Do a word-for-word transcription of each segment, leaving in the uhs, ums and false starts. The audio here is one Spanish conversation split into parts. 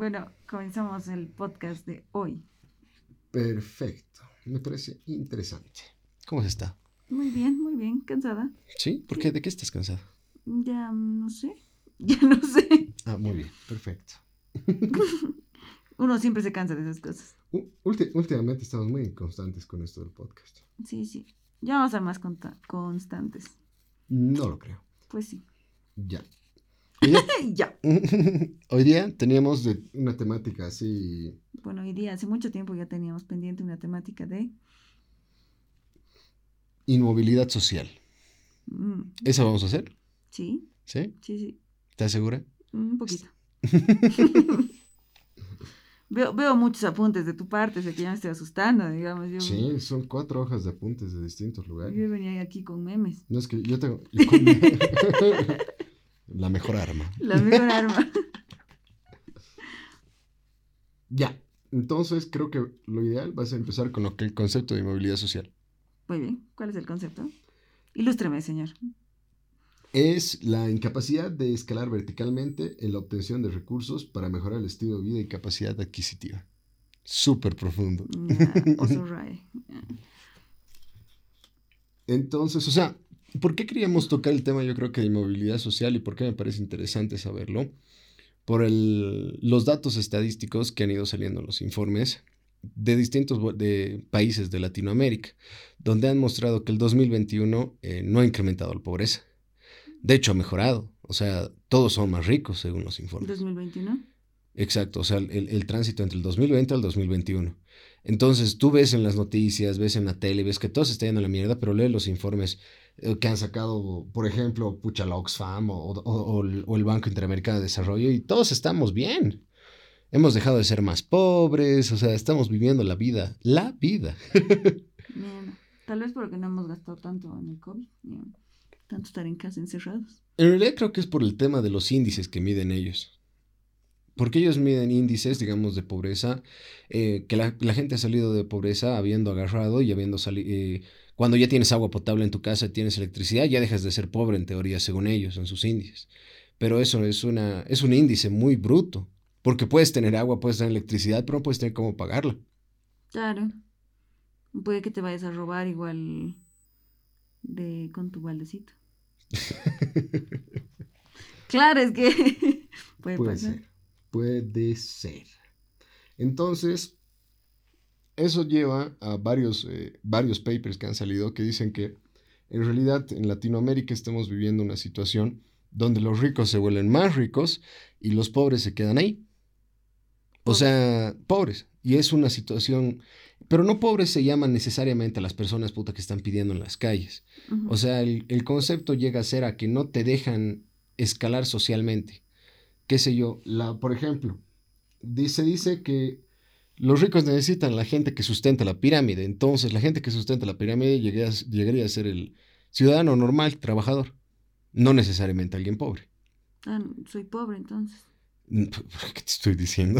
Bueno, comenzamos el podcast de hoy. Perfecto, me parece interesante. ¿Cómo se está? Muy bien, muy bien, cansada. ¿Sí? ¿Por qué? ¿De qué estás cansada? Ya no sé, ya no sé. Ah, muy bien, perfecto. Uno siempre se cansa de esas cosas. Ulti- últimamente estamos muy inconstantes con esto del podcast. Sí, sí. Ya vamos a ser más conta- constantes. No lo creo. Pues sí. Ya. Hoy día, Ya. hoy día teníamos de una temática así... Bueno, hoy día, hace mucho tiempo ya teníamos pendiente una temática de... Inmovilidad social. mm, ¿Esa vamos a hacer? Sí, ¿Sí? sí, sí. ¿Estás segura? Un poquito. Veo, veo muchos apuntes de tu parte, sé que ya me estoy asustando, digamos. Yo, Sí, son cuatro hojas de apuntes de distintos lugares. yo venía aquí con memes. No es que yo tengo... yo con- La mejor arma. La mejor arma. Ya, entonces creo que lo ideal va a ser empezar con lo que el concepto de inmovilidad social. Muy bien, ¿cuál es el concepto? Ilústreme, señor. Es la incapacidad de escalar verticalmente en la obtención de recursos para mejorar el estilo de vida y capacidad adquisitiva. Súper profundo. Yeah, also right. Yeah. Entonces, o sea, ¿por qué queríamos tocar el tema, yo creo que de inmovilidad social y por qué me parece interesante saberlo? Por el, los datos estadísticos que han ido saliendo en los informes de distintos de países de Latinoamérica, donde han mostrado que el dos mil veintiuno eh, no ha incrementado la pobreza. De hecho, ha mejorado. O sea, todos son más ricos según los informes. ¿dos mil veintiuno? Exacto, o sea, el, el tránsito entre el dos mil veinte al dos mil veintiuno. Entonces, tú ves en las noticias, ves en la tele, ves que todo se está yendo a la mierda, pero lee los informes eh, que han sacado, por ejemplo, pucha, la Oxfam o, o, o, el, o el Banco Interamericano de Desarrollo, y todos estamos bien. Hemos dejado de ser más pobres, o sea, estamos viviendo la vida, la vida. Bien, tal vez porque no hemos gastado tanto en el COVID, yeah, tanto estar en casa encerrados. En realidad creo que es por el tema de los índices que miden ellos. Porque ellos miden índices, digamos, de pobreza, eh, que la, la gente ha salido de pobreza habiendo agarrado y habiendo salido... Eh, cuando ya tienes agua potable en tu casa, tienes electricidad, ya dejas de ser pobre en teoría, según ellos, en sus índices. Pero eso es, una, es un índice muy bruto, porque puedes tener agua, puedes tener electricidad, pero no puedes tener cómo pagarla. Claro. Puede que te vayas a robar igual de con tu baldecito. Claro, es que puede, Puede pasar. ser, puede ser. Entonces, eso lleva a varios, eh, varios papers que han salido que dicen que en realidad en Latinoamérica estamos viviendo una situación donde los ricos se vuelven más ricos y los pobres se quedan ahí. O sea, pobres. Y es una situación... Pero no pobres se llaman necesariamente a las personas puta que están pidiendo en las calles. Uh-huh. O sea, el, el concepto llega a ser a que no te dejan escalar socialmente. Qué sé yo, la, por ejemplo, dice, dice que los ricos necesitan la gente que sustenta la pirámide. Entonces, la gente que sustenta la pirámide llegaría, llegaría a ser el ciudadano normal, trabajador. No necesariamente alguien pobre. Ah, soy pobre entonces. ¿Qué te estoy diciendo?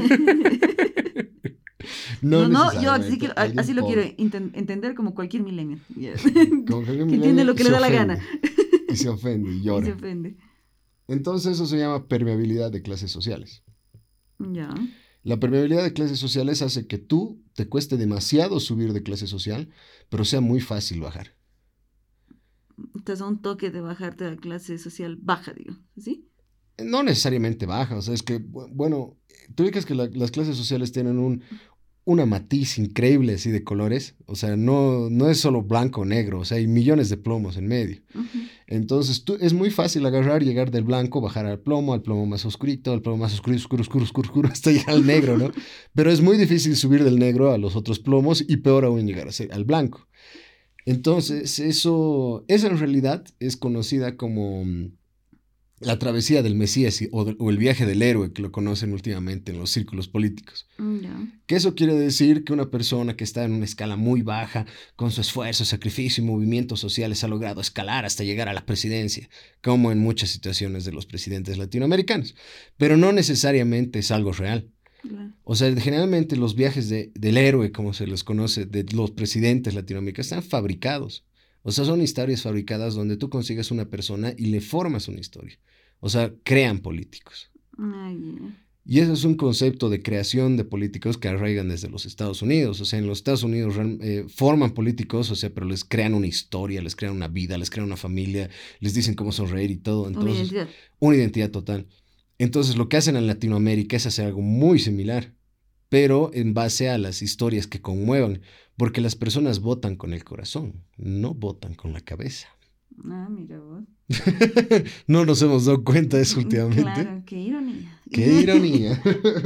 No, no, no, yo así, quiero, así lo quiero inten- entender como cualquier millennial. Yeah. Como que entiende lo que le da la gana. Y se ofende y llora. Y se ofende. Entonces eso se llama permeabilidad de clases sociales. Ya. La permeabilidad de clases sociales hace que tú te cueste demasiado subir de clase social, pero sea muy fácil bajar. Estás a un toque de bajarte a la clase social baja, digo, ¿sí? No necesariamente baja, o sea, es que, bueno, tú dices que la, las clases sociales tienen un, una matiz increíble así de colores, o sea, no, no es solo blanco o negro, o sea, hay millones de plomos en medio. Uh-huh. Entonces, tú, es muy fácil agarrar, llegar del blanco, bajar al plomo, al plomo más oscurito, al plomo más oscuro, oscuro, oscuro, oscuro, oscuro, hasta llegar al negro, ¿no? Pero es muy difícil subir del negro a los otros plomos y peor aún llegar a ser, al blanco. Entonces, eso, esa en realidad es conocida como la travesía del Mesías o, de, o el viaje del héroe, que lo conocen últimamente en los círculos políticos. Yeah. Que eso quiere decir que una persona que está en una escala muy baja, con su esfuerzo, sacrificio y movimientos sociales, ha logrado escalar hasta llegar a la presidencia, como en muchas situaciones de los presidentes latinoamericanos. Pero no necesariamente es algo real. Yeah. O sea, generalmente los viajes de, del héroe, como se les conoce, de los presidentes latinoamericanos, están fabricados. O sea, son historias fabricadas donde tú consigues una persona y le formas una historia. O sea, crean políticos. Ay, yeah. Y ese es un concepto de creación de políticos que arraigan desde los Estados Unidos. O sea, en los Estados Unidos eh, forman políticos, o sea, pero les crean una historia, les crean una vida, les crean una familia, les dicen cómo sonreír y todo. Entonces, una identidad. Una identidad total. Entonces, lo que hacen en Latinoamérica es hacer algo muy similar, pero en base a las historias que conmuevan, porque las personas votan con el corazón, no votan con la cabeza. Ah, mira vos. No nos hemos dado cuenta de eso últimamente. Claro, qué ironía. Qué ironía.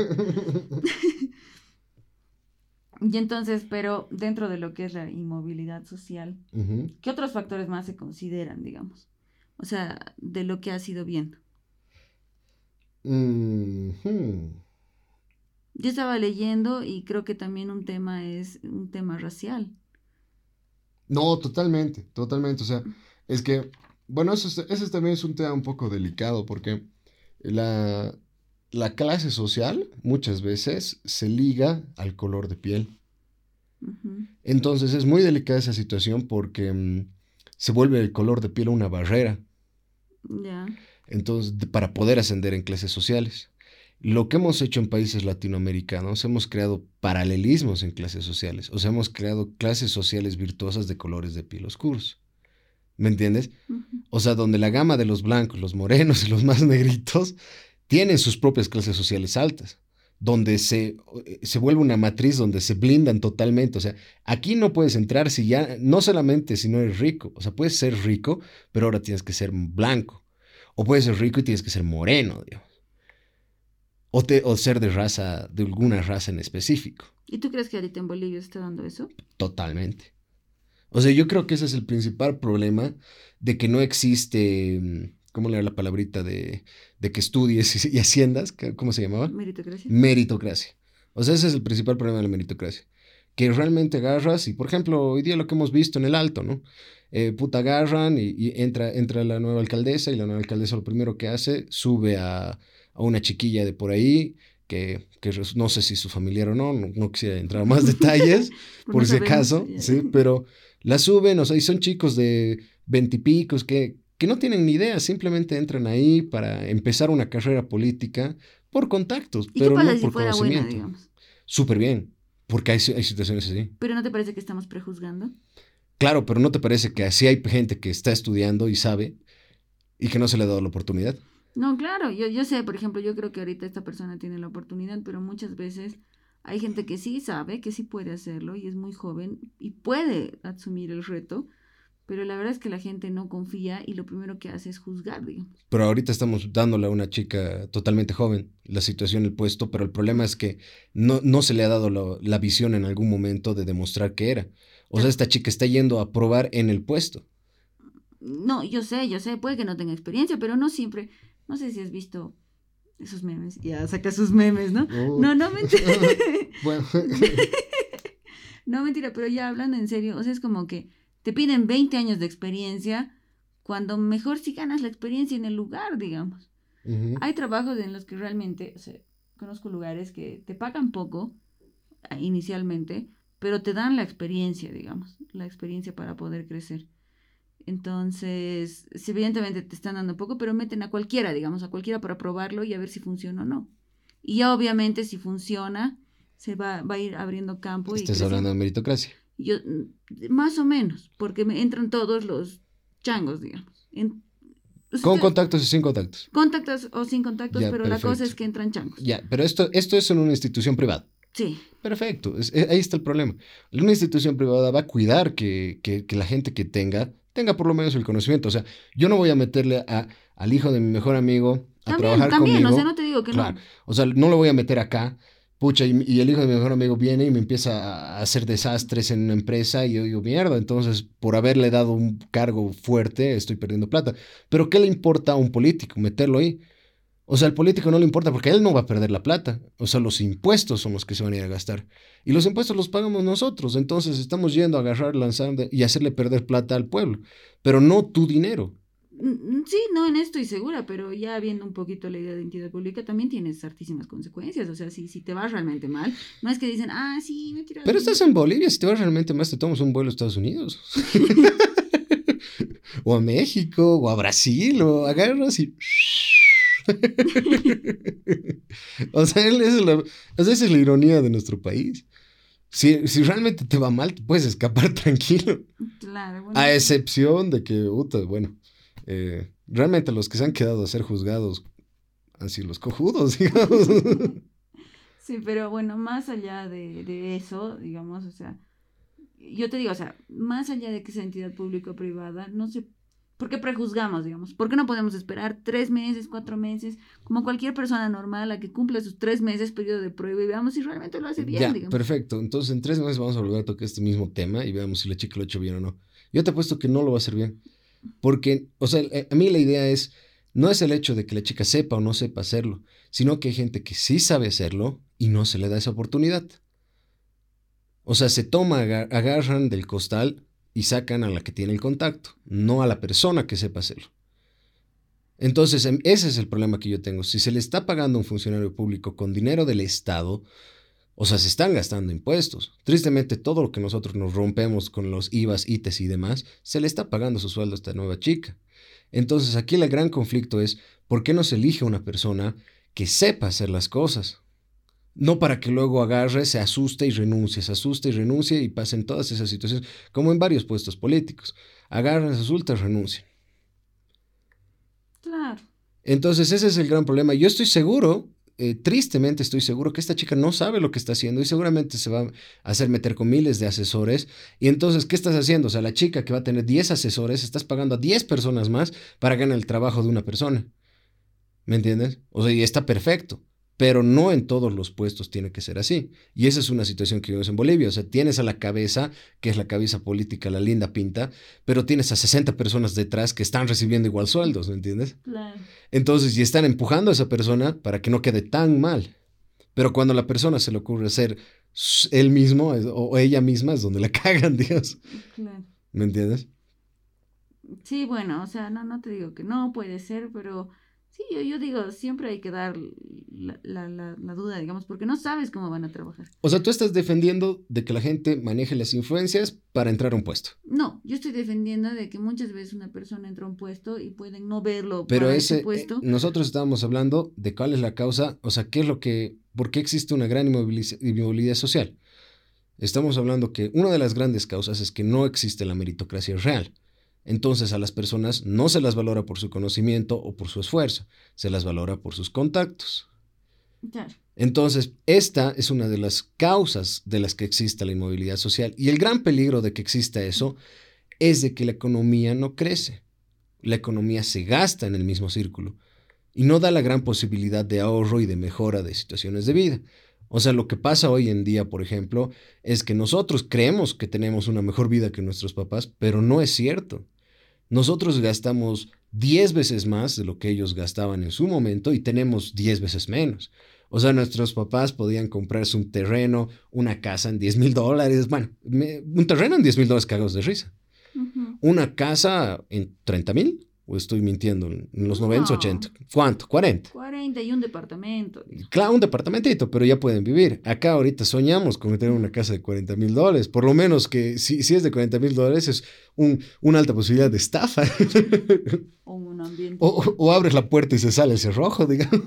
Y entonces, pero dentro de lo que es la inmovilidad social, uh-huh. ¿qué otros factores más se consideran, digamos? O sea, de lo que has ido viendo. Uh-huh. Yo estaba leyendo y creo que también un tema es un tema racial. No, totalmente, totalmente. O sea, es que, bueno, eso, es, eso también es un tema un poco delicado porque la, la clase social muchas veces se liga al color de piel. Uh-huh. Entonces es muy delicada esa situación porque um, se vuelve el color de piel una barrera. Ya. Yeah. Entonces, de, para poder ascender en clases sociales. Lo que hemos hecho en países latinoamericanos, hemos creado paralelismos en clases sociales. O sea, hemos creado clases sociales virtuosas de colores de piel oscuros. ¿Me entiendes? Uh-huh. O sea, donde la gama de los blancos, los morenos y los más negritos tienen sus propias clases sociales altas. Donde se, se vuelve una matriz donde se blindan totalmente. O sea, aquí no puedes entrar si ya, no solamente si no eres rico. O sea, puedes ser rico, pero ahora tienes que ser blanco. O puedes ser rico y tienes que ser moreno, digamos. O, te, o ser de raza, de alguna raza en específico. ¿Y tú crees que ahorita en Bolivia se está dando eso? Totalmente. O sea, yo creo que ese es el principal problema de que no existe, ¿cómo le da la palabrita? De, de que estudies y, y haciendas, ¿cómo se llamaba? Meritocracia. Meritocracia. O sea, ese es el principal problema de la meritocracia. Que realmente agarras, y por ejemplo, hoy día lo que hemos visto en el Alto, ¿no? Eh, puta, agarran y, y entra, entra la nueva alcaldesa, y la nueva alcaldesa lo primero que hace, sube a... a una chiquilla de por ahí, que, que no sé si es su familiar o no, no, no quisiera entrar a más detalles, por no si sabemos, acaso, yeah. sí, pero la suben, o sea, y son chicos de veintipicos que, que no tienen ni idea, simplemente entran ahí para empezar una carrera política por contactos, ¿Y pero qué pasa no si por fuera conocimiento. Buena, digamos? Súper bien, porque hay, hay situaciones así. ¿Pero no te parece que estamos prejuzgando? Claro, pero ¿no te parece que así hay gente que está estudiando y sabe y que no se le ha dado la oportunidad? No, claro, yo, yo sé, por ejemplo, yo creo que ahorita esta persona tiene la oportunidad, pero muchas veces hay gente que sí sabe, que sí puede hacerlo y es muy joven y puede asumir el reto, pero la verdad es que la gente no confía y lo primero que hace es juzgar, digamos. Pero ahorita estamos dándole a una chica totalmente joven la situación, el puesto, pero el problema es que no, no se le ha dado lo, la visión en algún momento de demostrar que era. O sea, esta chica está yendo a probar en el puesto. No, yo sé, yo sé, puede que no tenga experiencia, pero no siempre... No sé si has visto esos memes. Ya saca sus memes, ¿no? Uh. No, no mentira. Bueno. No mentira, pero ya hablando en serio, o sea, es como que te piden veinte años de experiencia cuando mejor si ganas la experiencia en el lugar, digamos. Uh-huh. Hay trabajos en los que realmente, o sea, conozco lugares que te pagan poco inicialmente, pero te dan la experiencia, digamos, la experiencia para poder crecer. Entonces, si evidentemente te están dando poco, pero meten a cualquiera, digamos, a cualquiera para probarlo y a ver si funciona o no. Y ya obviamente si funciona, se va, va a ir abriendo campo. ¿Estás hablando de meritocracia? Yo, más o menos, porque me entran todos los changos, digamos. En, o sea, ¿con contactos y sin contactos? Contactos o sin contactos, ya, pero perfecto. La cosa es que entran changos. Ya, pero esto, esto es en una institución privada. Sí. Perfecto, es, es, ahí está el problema. Una institución privada va a cuidar que, que, que la gente que tenga... tenga por lo menos el conocimiento. O sea, yo no voy a meterle a, al hijo de mi mejor amigo a también, trabajar también, conmigo. O sea, no te digo que claro. no. O sea, no lo voy a meter acá, pucha, y, y el hijo de mi mejor amigo viene y me empieza a hacer desastres en una empresa y yo digo, mierda, entonces por haberle dado un cargo fuerte estoy perdiendo plata. Pero ¿qué le importa a un político meterlo ahí? O sea, al político no le importa porque él no va a perder la plata. O sea, los impuestos son los que se van a ir a gastar. Y los impuestos los pagamos nosotros. Entonces estamos yendo a agarrar, lanzar y hacerle perder plata al pueblo. Pero no tu dinero. Sí, no, en esto estoy segura, pero ya viendo un poquito la idea de entidad pública también tienes hartísimas consecuencias. O sea, si, si te vas realmente mal, no es que dicen, ah, sí, me tiras. Pero estás en Bolivia, si te vas realmente mal, te tomas un vuelo a Estados Unidos. O a México, o a Brasil, o agarras y... O sea, él es la, o sea, esa es la ironía de nuestro país. Si, si realmente te va mal, te puedes escapar tranquilo. Claro, bueno, A excepción de que, puta, bueno, eh, realmente los que se han quedado a ser juzgados han sido los cojudos, digamos. sí, pero bueno, más allá de, de eso, digamos, o sea, yo te digo, o sea, más allá de que sea entidad pública o privada, no sé, ¿por qué prejuzgamos, digamos? ¿Por qué no podemos esperar tres meses, cuatro meses, como cualquier persona normal a que cumpla sus tres meses periodo de prueba y veamos si realmente lo hace bien, Ya, digamos? perfecto. Entonces, en tres meses vamos a volver a tocar este mismo tema y veamos si la chica lo ha hecho bien o no. Yo te apuesto que no lo va a hacer bien. Porque, o sea, a mí la idea es, no es el hecho de que la chica sepa o no sepa hacerlo, sino que hay gente que sí sabe hacerlo y no se le da esa oportunidad. O sea, se toma, agarran del costal y sacan a la que tiene el contacto, no a la persona que sepa hacerlo. Entonces, ese es el problema que yo tengo. Si se le está pagando a un funcionario público con dinero del Estado, o sea, se están gastando impuestos. Tristemente, todo lo que nosotros nos rompemos con los I V As, I T E S y demás, se le está pagando su sueldo a esta nueva chica. Entonces, aquí el gran conflicto es, ¿por qué no se elige una persona que sepa hacer las cosas? No para que luego agarre, se asuste y renuncie, se asuste y renuncie y pasen todas esas situaciones, como en varios puestos políticos. Agarran, se asusta y renuncian. Claro. Entonces, ese es el gran problema. Yo estoy seguro, eh, tristemente estoy seguro que esta chica no sabe lo que está haciendo y seguramente se va a hacer meter con miles de asesores. Y entonces, ¿qué estás haciendo? O sea, la chica que va a tener diez asesores, estás pagando a diez personas más para ganar el trabajo de una persona. ¿Me entiendes? O sea, y está perfecto. Pero no en todos los puestos tiene que ser así. Y esa es una situación que vemos en Bolivia. O sea, tienes a la cabeza, que es la cabeza política, la linda pinta, pero tienes a sesenta personas detrás que están recibiendo igual sueldos, ¿me entiendes? Claro. Entonces, y están empujando a esa persona para que no quede tan mal. Pero cuando a la persona se le ocurre ser él mismo o ella misma, es donde la cagan, Dios. Claro. ¿Me entiendes? Sí, bueno, o sea, no, no te digo que no puede ser, pero sí, yo, yo digo, siempre hay que dar la, la, la, la duda, digamos, porque no sabes cómo van a trabajar. O sea, tú estás defendiendo de que la gente maneje las influencias para entrar a un puesto. No, yo estoy defendiendo de que muchas veces una persona entra a un puesto y pueden no verlo Pero para ese, ese puesto. Eh, nosotros estábamos hablando de cuál es la causa, o sea, qué es lo que, por qué existe una gran inmovilidad social. Estamos hablando que una de las grandes causas es que no existe la meritocracia real. Entonces a las personas no se las valora por su conocimiento o por su esfuerzo, se las valora por sus contactos. Claro. Entonces, esta es una de las causas de las que existe la inmovilidad social. Y el gran peligro de que exista eso es de que la economía no crece. La economía se gasta en el mismo círculo y no da la gran posibilidad de ahorro y de mejora de situaciones de vida. O sea, lo que pasa hoy en día, por ejemplo, es que nosotros creemos que tenemos una mejor vida que nuestros papás, pero no es cierto. Nosotros gastamos diez veces más de lo que ellos gastaban en su momento y tenemos diez veces menos. O sea, nuestros papás podían comprarse un terreno, una casa en diez mil dólares. Bueno, me, un terreno en diez mil dólares cagados de risa. Uh-huh. Una casa en treinta mil. ¿O estoy mintiendo? En los noventa, no. ochenta. ¿Cuánto? cuarenta. cuarenta y un departamento. Claro, un departamentito, pero ya pueden vivir. Acá ahorita soñamos con tener una casa de cuarenta mil dólares. Por lo menos que si, si es de cuarenta mil dólares es un, una alta posibilidad de estafa. O un ambiente. O, o abres la puerta y se sale el cerrojo, digamos.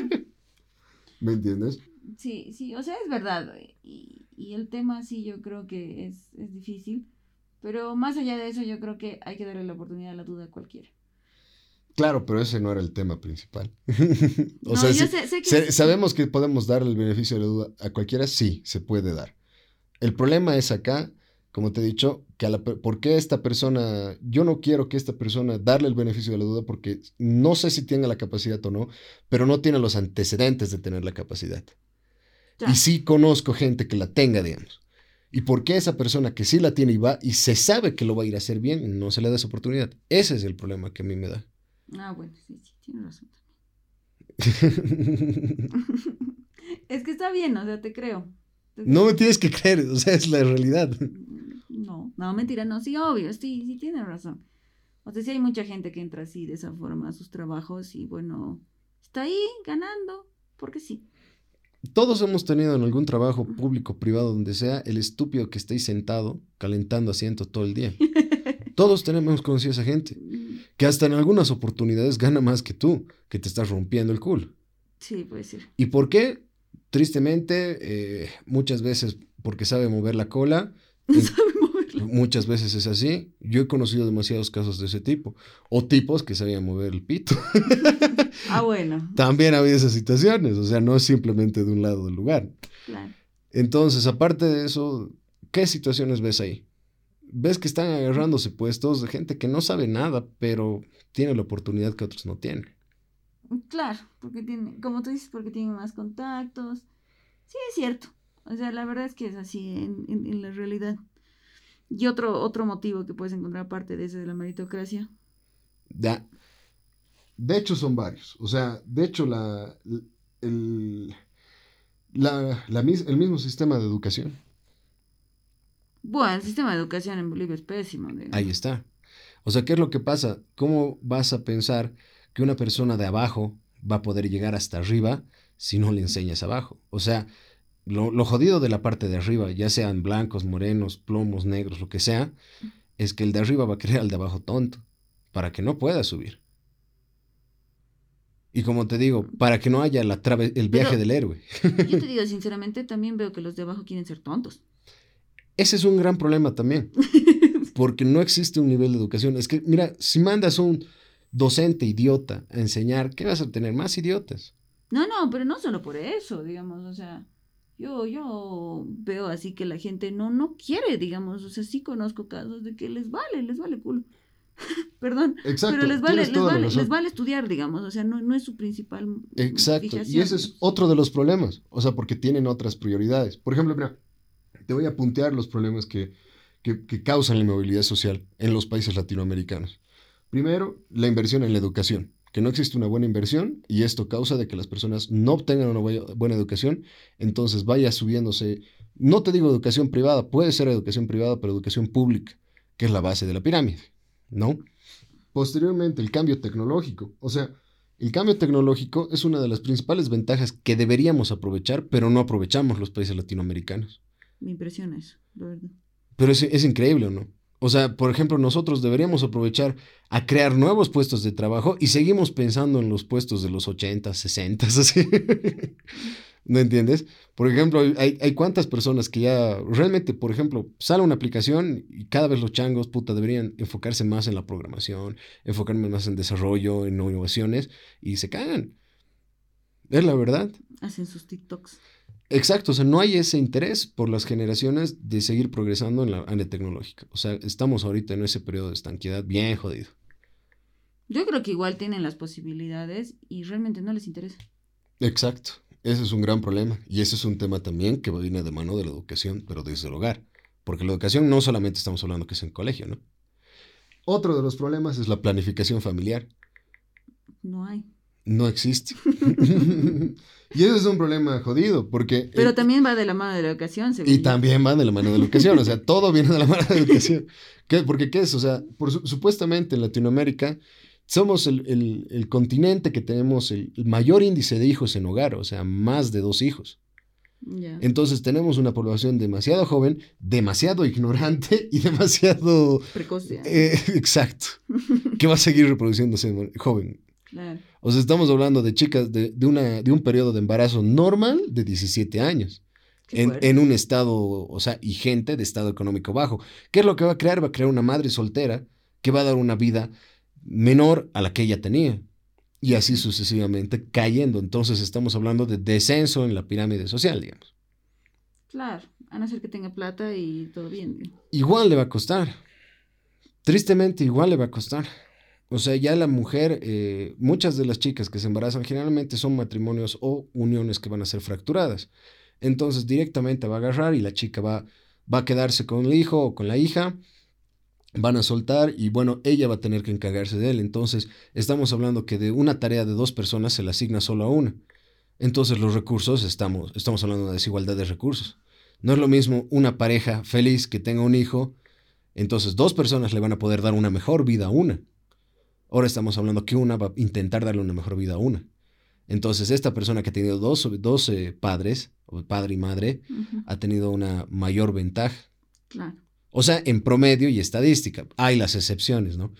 ¿Me entiendes? Sí, sí, o sea, es verdad. Y, y el tema sí yo creo que es, es difícil. Pero más allá de eso yo creo que hay que darle la oportunidad a la duda a cualquiera. Claro, pero ese no era el tema principal. o no, sea, yo sí, sé, sé que se, es... sabemos que podemos dar el beneficio de la duda a cualquiera, sí, se puede dar. El problema es acá, como te he dicho, que a la, ¿por qué esta persona, yo no quiero que esta persona darle el beneficio de la duda porque no sé si tenga la capacidad o no, pero no tiene los antecedentes de tener la capacidad. Ya. Y sí conozco gente que la tenga, digamos. ¿Y por qué esa persona que sí la tiene y va y se sabe que lo va a ir a hacer bien, no se le da esa oportunidad? Ese es el problema que a mí me da. Ah, bueno, sí, sí, tienes razón también. Es que está bien, o sea, te creo. te creo. No me tienes que creer, o sea, es la realidad. No, no, mentira, no, sí, obvio, sí, sí tienes razón. O sea, sí hay mucha gente que entra así, de esa forma, a sus trabajos y bueno, está ahí ganando, porque sí. Todos hemos tenido en algún trabajo público, privado, donde sea, el estúpido que está ahí sentado, calentando asientos todo el día. Todos tenemos conocido a esa gente. Que que hasta en algunas oportunidades gana más que tú, que te estás rompiendo el culo. Sí, puede ser. ¿Y por qué? Tristemente, eh, muchas veces porque sabe mover la cola. Sabe moverla. Muchas veces es así. Yo he conocido demasiados casos de ese tipo. O tipos que sabían mover el pito. Ah, bueno. También ha habido esas situaciones. O sea, no es simplemente de un lado del lugar. Claro. Entonces, aparte de eso, ¿qué situaciones ves ahí? Ves que están agarrándose puestos de gente que no sabe nada, pero tiene la oportunidad que otros no tienen. Claro, porque tiene, como tú dices, porque tienen más contactos. Sí, es cierto. O sea, la verdad es que es así en, en, en la realidad. Y otro, otro motivo que puedes encontrar aparte de ese de la meritocracia. Ya. De hecho, son varios. O sea, de hecho, la, el, la, la, el mismo sistema de educación. Bueno, el sistema de educación en Bolivia es pésimo. Digamos. Ahí está. O sea, ¿qué es lo que pasa? ¿Cómo vas a pensar que una persona de abajo va a poder llegar hasta arriba si no le enseñas abajo? O sea, lo, lo jodido de la parte de arriba, ya sean blancos, morenos, plomos, negros, lo que sea, es que el de arriba va a querer al de abajo tonto, para que no pueda subir. Y como te digo, para que no haya la trave, el viaje Pero, del héroe. Yo te digo, sinceramente, también veo que los de abajo quieren ser tontos. Ese es un gran problema también, porque no existe un nivel de educación. Es que, mira, si mandas un docente idiota a enseñar, ¿qué vas a tener? Más idiotas. No, no, pero no solo por eso, digamos, o sea, yo, yo veo así que la gente no, no quiere, digamos, o sea, sí conozco casos de que les vale, les vale culo. Perdón, Exacto, pero les vale, les vale, les vale estudiar, digamos, o sea, no, no es su principal Exacto, fijación, y ese es otro de los problemas, o sea, porque tienen otras prioridades. Por ejemplo, mira, te voy a puntear los problemas que, que, que causan la movilidad social en los países latinoamericanos. Primero, la inversión en la educación, que no existe una buena inversión y esto causa de que las personas no obtengan una buena educación, entonces vaya subiéndose, no te digo educación privada, puede ser educación privada, pero educación pública, que es la base de la pirámide, ¿no? Posteriormente, el cambio tecnológico, o sea, el cambio tecnológico es una de las principales ventajas que deberíamos aprovechar, pero no aprovechamos los países latinoamericanos. Me impresiona eso, la verdad. Pero es, es increíble, ¿no? O sea, por ejemplo, nosotros deberíamos aprovechar a crear nuevos puestos de trabajo y seguimos pensando en los puestos de los ochenta, sesenta, así. ¿No entiendes? Por ejemplo, hay, hay cuántas personas que ya realmente, por ejemplo, sale una aplicación y cada vez los changos, puta, deberían enfocarse más en la programación, enfocarse más en desarrollo, en innovaciones y se cagan. Es la verdad. Hacen sus TikToks. Exacto, o sea, no hay ese interés por las generaciones de seguir progresando en la área tecnológica. O sea, estamos ahorita en ese periodo de estanqueidad bien jodido. Yo creo que igual tienen las posibilidades y realmente no les interesa. Exacto, ese es un gran problema. Y ese es un tema también que viene de mano de la educación, pero desde el hogar. Porque la educación no solamente estamos hablando que es en colegio, ¿no? Otro de los problemas es la planificación familiar. No hay. No existe. Y eso es un problema jodido, porque... Pero el, también va de la mano de la educación. Y yo. También va de la mano de la educación, o sea, todo viene de la mano de la educación. ¿Qué? Porque, ¿qué es? O sea, por, supuestamente en Latinoamérica somos el, el, el continente que tenemos el, el mayor índice de hijos en hogar, o sea, más de dos hijos. Yeah. Entonces tenemos una población demasiado joven, demasiado ignorante y demasiado... Precoce. Eh, exacto. Que va a seguir reproduciéndose joven. Claro. O sea, estamos hablando de chicas de, de, una, de un periodo de embarazo normal de diecisiete años. En, en un estado, o sea, y gente de estado económico bajo. ¿Qué es lo que va a crear? Va a crear una madre soltera que va a dar una vida menor a la que ella tenía. Y así sucesivamente cayendo. Entonces estamos hablando de descenso en la pirámide social, digamos. Claro, a no ser que tenga plata y todo bien. Igual le va a costar. Tristemente, igual le va a costar. O sea, ya la mujer, eh, muchas de las chicas que se embarazan generalmente son matrimonios o uniones que van a ser fracturadas. Entonces directamente va a agarrar y la chica va, va a quedarse con el hijo o con la hija, van a soltar y bueno, ella va a tener que encargarse de él. Entonces estamos hablando que de una tarea de dos personas se le asigna solo a una. Entonces los recursos, estamos, estamos hablando de una desigualdad de recursos. No es lo mismo una pareja feliz que tenga un hijo, entonces dos personas le van a poder dar una mejor vida a una. Ahora estamos hablando que una va a intentar darle una mejor vida a una. Entonces, esta persona que ha tenido dos, dos eh, padres, o padre y madre, uh-huh. ha tenido una mayor ventaja. Claro. O sea, en promedio y estadística. Hay las excepciones, ¿no?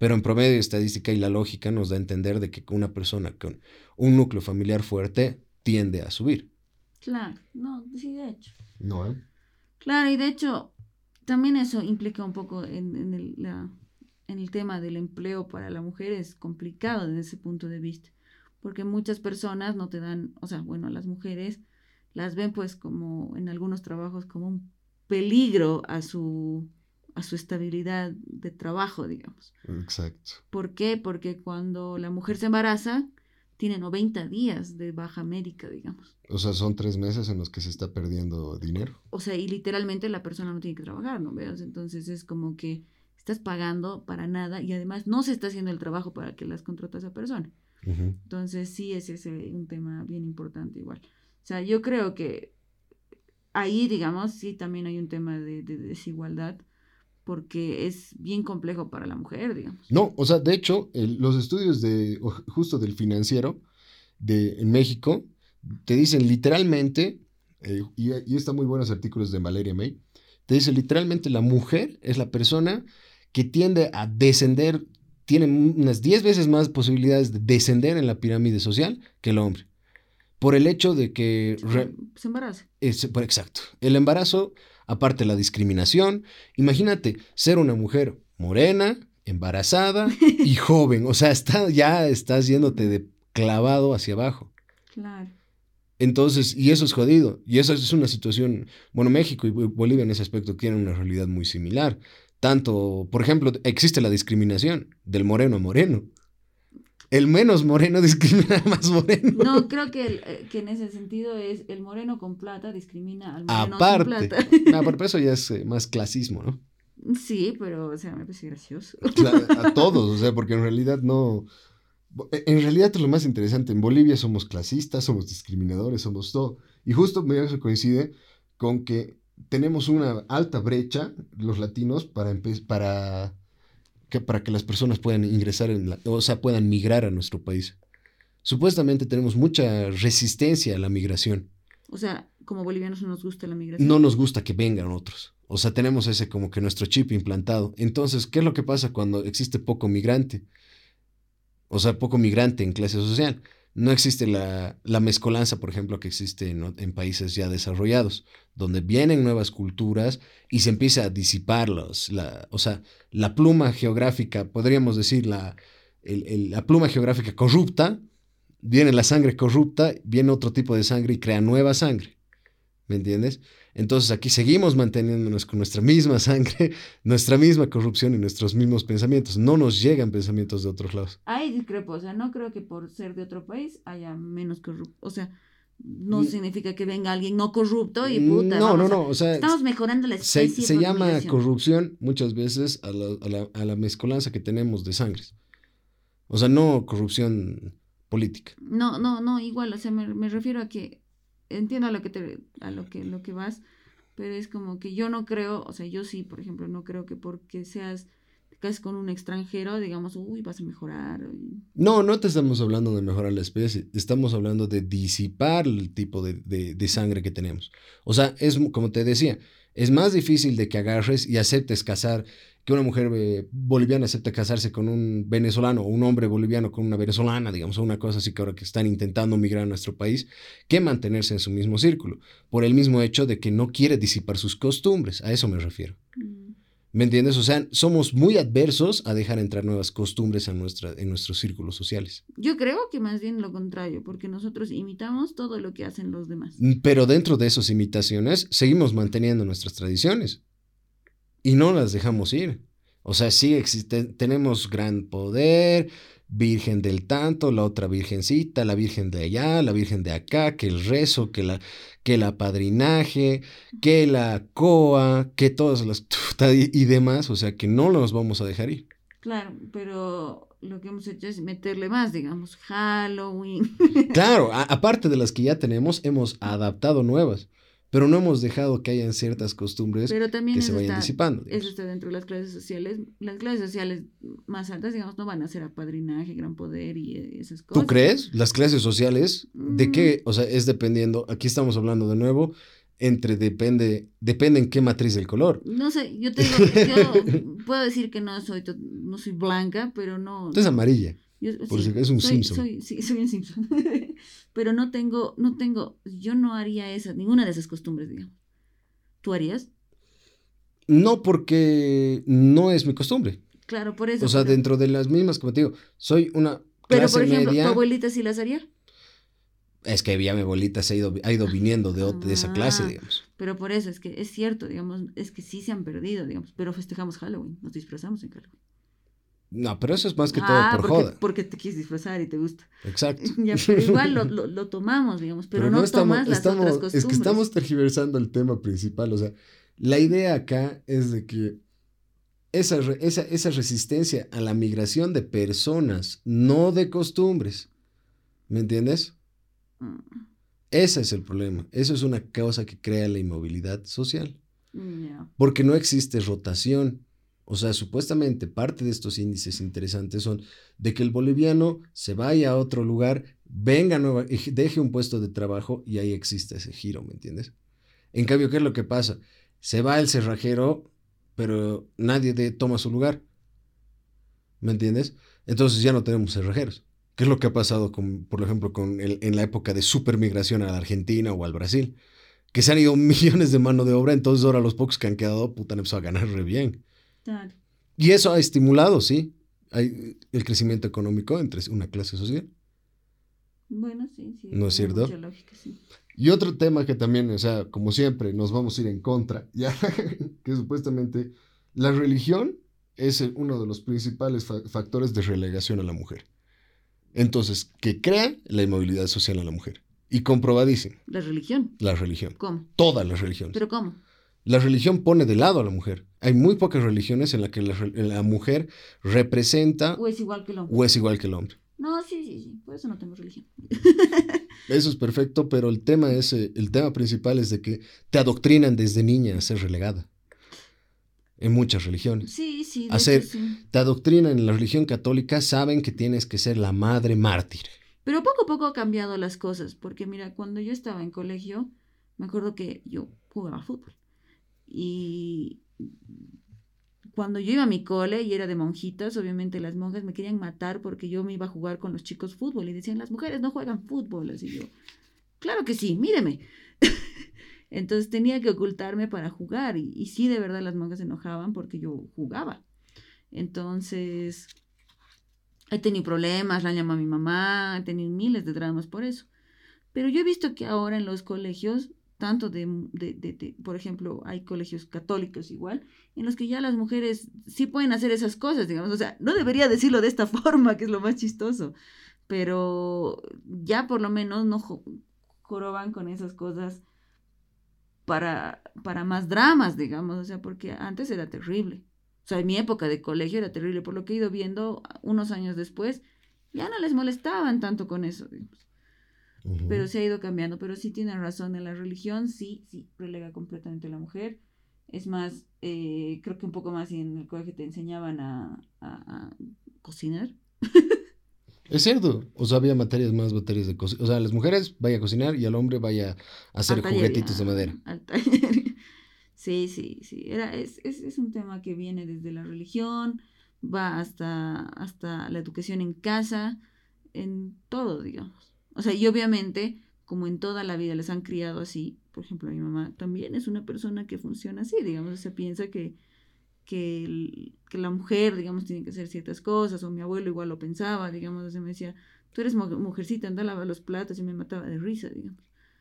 Pero en promedio estadística y la lógica nos da a entender de que una persona con un núcleo familiar fuerte tiende a subir. Claro, no, sí, de hecho. No, ¿eh? Claro, y de hecho, también eso implica un poco en, en, el, la, en el tema del empleo para la mujer, es complicado desde ese punto de vista, porque muchas personas no te dan, o sea, bueno, las mujeres las ven pues como en algunos trabajos como un peligro a su, a su estabilidad de trabajo, digamos. Exacto. ¿Por qué? Porque cuando la mujer se embaraza, tiene noventa días de baja médica, digamos. O sea, son tres meses en los que se está perdiendo dinero. O sea, y literalmente la persona no tiene que trabajar, ¿no veas? Entonces es como que estás pagando para nada y además no se está haciendo el trabajo para que las contrate esa persona. Uh-huh. Entonces sí es ese un tema bien importante igual. O sea, yo creo que ahí, digamos, sí también hay un tema de, de desigualdad porque es bien complejo para la mujer, digamos. No, o sea, de hecho, el, los estudios de justo del Financiero de, en México te dicen literalmente, eh, y, y están muy buenos artículos de Valeria May, te dicen literalmente la mujer es la persona que tiende a descender, tiene unas diez veces más posibilidades de descender en la pirámide social que el hombre. Por el hecho de que... Re, se embaraza. Es, exacto. El embarazo, aparte de la discriminación, imagínate ser una mujer morena, embarazada y joven. O sea, está, ya estás yéndote de clavado hacia abajo. Claro. Entonces, y eso es jodido. Y eso es una situación... Bueno, México y Bolivia en ese aspecto tienen una realidad muy similar. Tanto, por ejemplo, existe la discriminación del moreno a moreno. El menos moreno discrimina al más moreno. No, creo que, el, que en ese sentido es el moreno con plata discrimina al moreno Aparte, sin plata. No, pero eso ya es eh, más clasismo, ¿no? Sí, pero, o sea, me parece gracioso. A, a todos, o sea, porque en realidad no... En realidad es lo más interesante. En Bolivia somos clasistas, somos discriminadores, somos todo. Y justo eso coincide con que tenemos una alta brecha, los latinos, para... para Que para que las personas puedan ingresar, en la, o sea, puedan migrar a nuestro país. Supuestamente tenemos mucha resistencia a la migración. O sea, como bolivianos no nos gusta la migración. No nos gusta que vengan otros. O sea, tenemos ese como que nuestro chip implantado. Entonces, ¿qué es lo que pasa cuando existe poco migrante? O sea, poco migrante en clase social. No existe la, la mezcolanza, por ejemplo, que existe en, en países ya desarrollados, donde vienen nuevas culturas y se empieza a disiparlos. La, o sea, la pluma geográfica, podríamos decir, la, el, el, la pluma geográfica corrupta, viene la sangre corrupta, viene otro tipo de sangre y crea nueva sangre. ¿Me entiendes? Entonces aquí seguimos manteniéndonos con nuestra misma sangre, nuestra misma corrupción y nuestros mismos pensamientos. No nos llegan pensamientos de otros lados. Ahí discrepo, o sea, no creo que por ser de otro país haya menos corrupto. O sea, no y, significa que venga alguien no corrupto y puta. No, vamos no, no. A, o sea, estamos mejorando la especie. Se, se llama migración. Corrupción muchas veces a la, a, la, a la mezcolanza que tenemos de sangres. O sea, no corrupción política. No, no, no, igual, o sea, me, me refiero a que entiendo a lo que te, a lo que lo que vas, pero es como que yo no creo, o sea, yo sí, por ejemplo, no creo que porque seas te cases con un extranjero, digamos, uy, vas a mejorar. No, no te estamos hablando de mejorar la especie, estamos hablando de disipar el tipo de, de, de sangre que tenemos. O sea, es como te decía, es más difícil de que agarres y aceptes casar, que una mujer eh, boliviana acepte casarse con un venezolano o un hombre boliviano con una venezolana, digamos, o una cosa así que ahora que están intentando migrar a nuestro país, que mantenerse en su mismo círculo, por el mismo hecho de que no quiere disipar sus costumbres, a eso me refiero. Mm. ¿Me entiendes? O sea, somos muy adversos a dejar entrar nuevas costumbres en, nuestra, en nuestros círculos sociales. Yo creo que más bien lo contrario, porque nosotros imitamos todo lo que hacen los demás. Pero dentro de esas imitaciones, seguimos manteniendo nuestras tradiciones. Y no las dejamos ir. O sea, sí existe, tenemos gran poder, virgen del tanto, la otra virgencita, la virgen de allá, la virgen de acá, que el rezo, que la, que el apadrinaje, que la coa, que todas las y, y demás. O sea, que no los vamos a dejar ir. Claro, pero lo que hemos hecho es meterle más, digamos, Halloween. Claro, a, aparte de las que ya tenemos, hemos adaptado nuevas. Pero no hemos dejado que hayan ciertas costumbres pero también que se vayan está, disipando. Digamos. Eso está dentro de las clases sociales. Las clases sociales más altas, digamos, no van a ser apadrinaje, gran poder y esas cosas. ¿Tú crees? Las clases sociales, ¿de qué? O sea, es dependiendo. Aquí estamos hablando de nuevo entre depende, depende en qué matriz del color. No sé, yo te digo, yo puedo decir que no soy, no soy blanca, pero no. Tú es amarilla. Yo, por sí, si es un soy, Simpson. Soy, sí, soy un Simpson. Pero no tengo, no tengo, yo no haría esa, ninguna de esas costumbres, digamos. ¿Tú harías? No, porque no es mi costumbre. Claro, por eso. O sea, pero... dentro de las mismas, como te digo, soy una pero, clase por ejemplo, media. ¿tu abuelita sí las haría? Es que ya mi abuelita se ha ido, ha ido viniendo de, ah, de esa clase, digamos. Pero por eso, es que es cierto, digamos, es que sí se han perdido, digamos, pero festejamos Halloween, nos disfrazamos en Halloween. No, pero eso es más que ah, todo por porque, joda. Porque te quieres disfrazar y te gusta. Exacto. Ya, pero igual lo, lo, lo tomamos, digamos, pero, pero no, no estamos, tomas las estamos, otras costumbres. Es que estamos tergiversando el tema principal, o sea, la idea acá es de que esa, esa, esa resistencia a la migración de personas, no de costumbres, ¿me entiendes? Mm. Ese es el problema. Eso es una causa que crea la inmovilidad social. Yeah. Porque no existe rotación. O sea, supuestamente parte de estos índices interesantes son de que el boliviano se vaya a otro lugar, venga a Nueva, deje un puesto de trabajo y ahí existe ese giro, ¿me entiendes? En cambio, ¿qué es lo que pasa? Se va el cerrajero, pero nadie de, toma su lugar. ¿Me entiendes? Entonces ya no tenemos cerrajeros. ¿Qué es lo que ha pasado, con, por ejemplo, con el, en la época de supermigración a la Argentina o al Brasil? Que se han ido millones de mano de obra, entonces ahora los pocos que han quedado, puta, han empezado a ganar re bien. Claro. Y eso ha estimulado, sí, hay el crecimiento económico entre una clase social. Bueno, sí, sí. ¿No es cierto? Mucha lógica, sí. Y otro tema que también, o sea, como siempre, nos vamos a ir en contra, ya que supuestamente la religión es el, uno de los principales fa- factores de relegación a la mujer. Entonces, que crea la inmovilidad social a la mujer. Y comprobadísimo. ¿La religión? La religión. ¿Cómo? Todas las religiones. ¿Pero cómo? La religión pone de lado a la mujer. Hay muy pocas religiones en las que la, la mujer representa... O es igual que el hombre. O es igual que el hombre. No, sí, sí, sí. Por eso no tengo religión. Eso es perfecto, pero el tema, es, el tema principal es de que te adoctrinan desde niña a ser relegada. En muchas religiones. Sí, sí. De Hacer, hecho, sí. Te adoctrinan en la religión católica, saben que tienes que ser la madre mártir. Pero poco a poco ha cambiado las cosas, porque mira, cuando yo estaba en colegio, me acuerdo que yo jugaba fútbol. Y cuando yo iba a mi cole y era de monjitas, obviamente las monjas me querían matar porque yo me iba a jugar con los chicos fútbol. Y decían, las mujeres no juegan fútbol. Así yo, claro que sí, míreme. Entonces tenía que ocultarme para jugar. Y, y sí, de verdad, las monjas se enojaban porque yo jugaba. Entonces... he tenido problemas, la llamo a mi mamá, he tenido miles de dramas por eso. Pero yo he visto que ahora en los colegios, tanto de, de, de, de, por ejemplo, hay colegios católicos igual, en los que ya las mujeres sí pueden hacer esas cosas, digamos. O sea, no debería decirlo de esta forma, que es lo más chistoso, pero ya por lo menos no joroban con esas cosas para, para más dramas, digamos. O sea, porque antes era terrible. O sea, en mi época de colegio era terrible, por lo que he ido viendo unos años después, ya no les molestaban tanto con eso, digamos. Uh-huh. Pero se ha ido cambiando, pero sí tienen razón, en la religión sí, sí, relega completamente a la mujer. Es más, eh, creo que un poco más en el colegio te enseñaban a, a, a cocinar. Es cierto, o sea, había materias más, materias de cocina. O sea, las mujeres vaya a cocinar y el hombre vaya a hacer al juguetitos taller, de madera. Al taller. Sí, sí, sí. Era, es, es, es un tema que viene desde la religión, va hasta, hasta la educación en casa, en todo, digamos. O sea, y obviamente, como en toda la vida les han criado así, por ejemplo, mi mamá también es una persona que funciona así, digamos, o sea, piensa que, que, el, que la mujer, digamos, tiene que hacer ciertas cosas, o mi abuelo igual lo pensaba, digamos, o sea, me decía, tú eres mujercita, anda a lavar los platos, y me mataba de risa, digamos.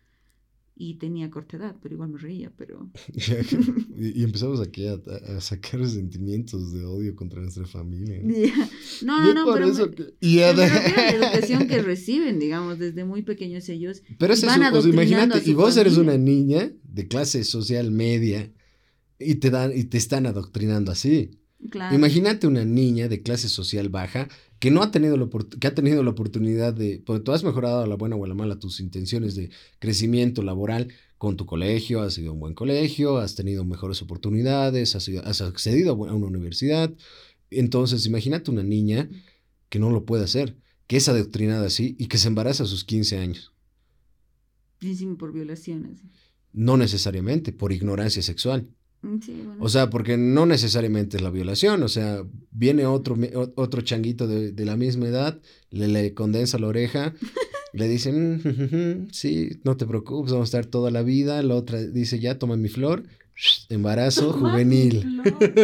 Y tenía corta edad, pero igual me reía, pero... y, y empezamos aquí a, a sacar sentimientos de odio contra nuestra familia. Yeah. No, no, no, pero, eso me, que... yeah, me refiero a la educación que reciben, digamos, desde muy pequeños ellos. Pero es van eso, o sea, imagínate, y vos familia. eres una niña de clase social media y te, dan, y te están adoctrinando así. Claro. Imagínate una niña de clase social baja que no ha tenido la, que ha tenido la oportunidad de, porque tú has mejorado a la buena o a la mala tus intenciones de crecimiento laboral con tu colegio, has ido a un buen colegio, has tenido mejores oportunidades, has, ido, has accedido a una universidad. Entonces, imagínate una niña que no lo puede hacer, que es adoctrinada así y que se embaraza a sus quince años. Principio por violaciones. No necesariamente, por ignorancia sexual. Sí, bueno. O sea, porque no necesariamente es la violación, o sea, viene otro, otro changuito de, de la misma edad, le, le condensa la oreja, le dicen, mm, sí, no te preocupes, vamos a estar toda la vida, la otra dice, ya, toma mi flor, embarazo toma juvenil.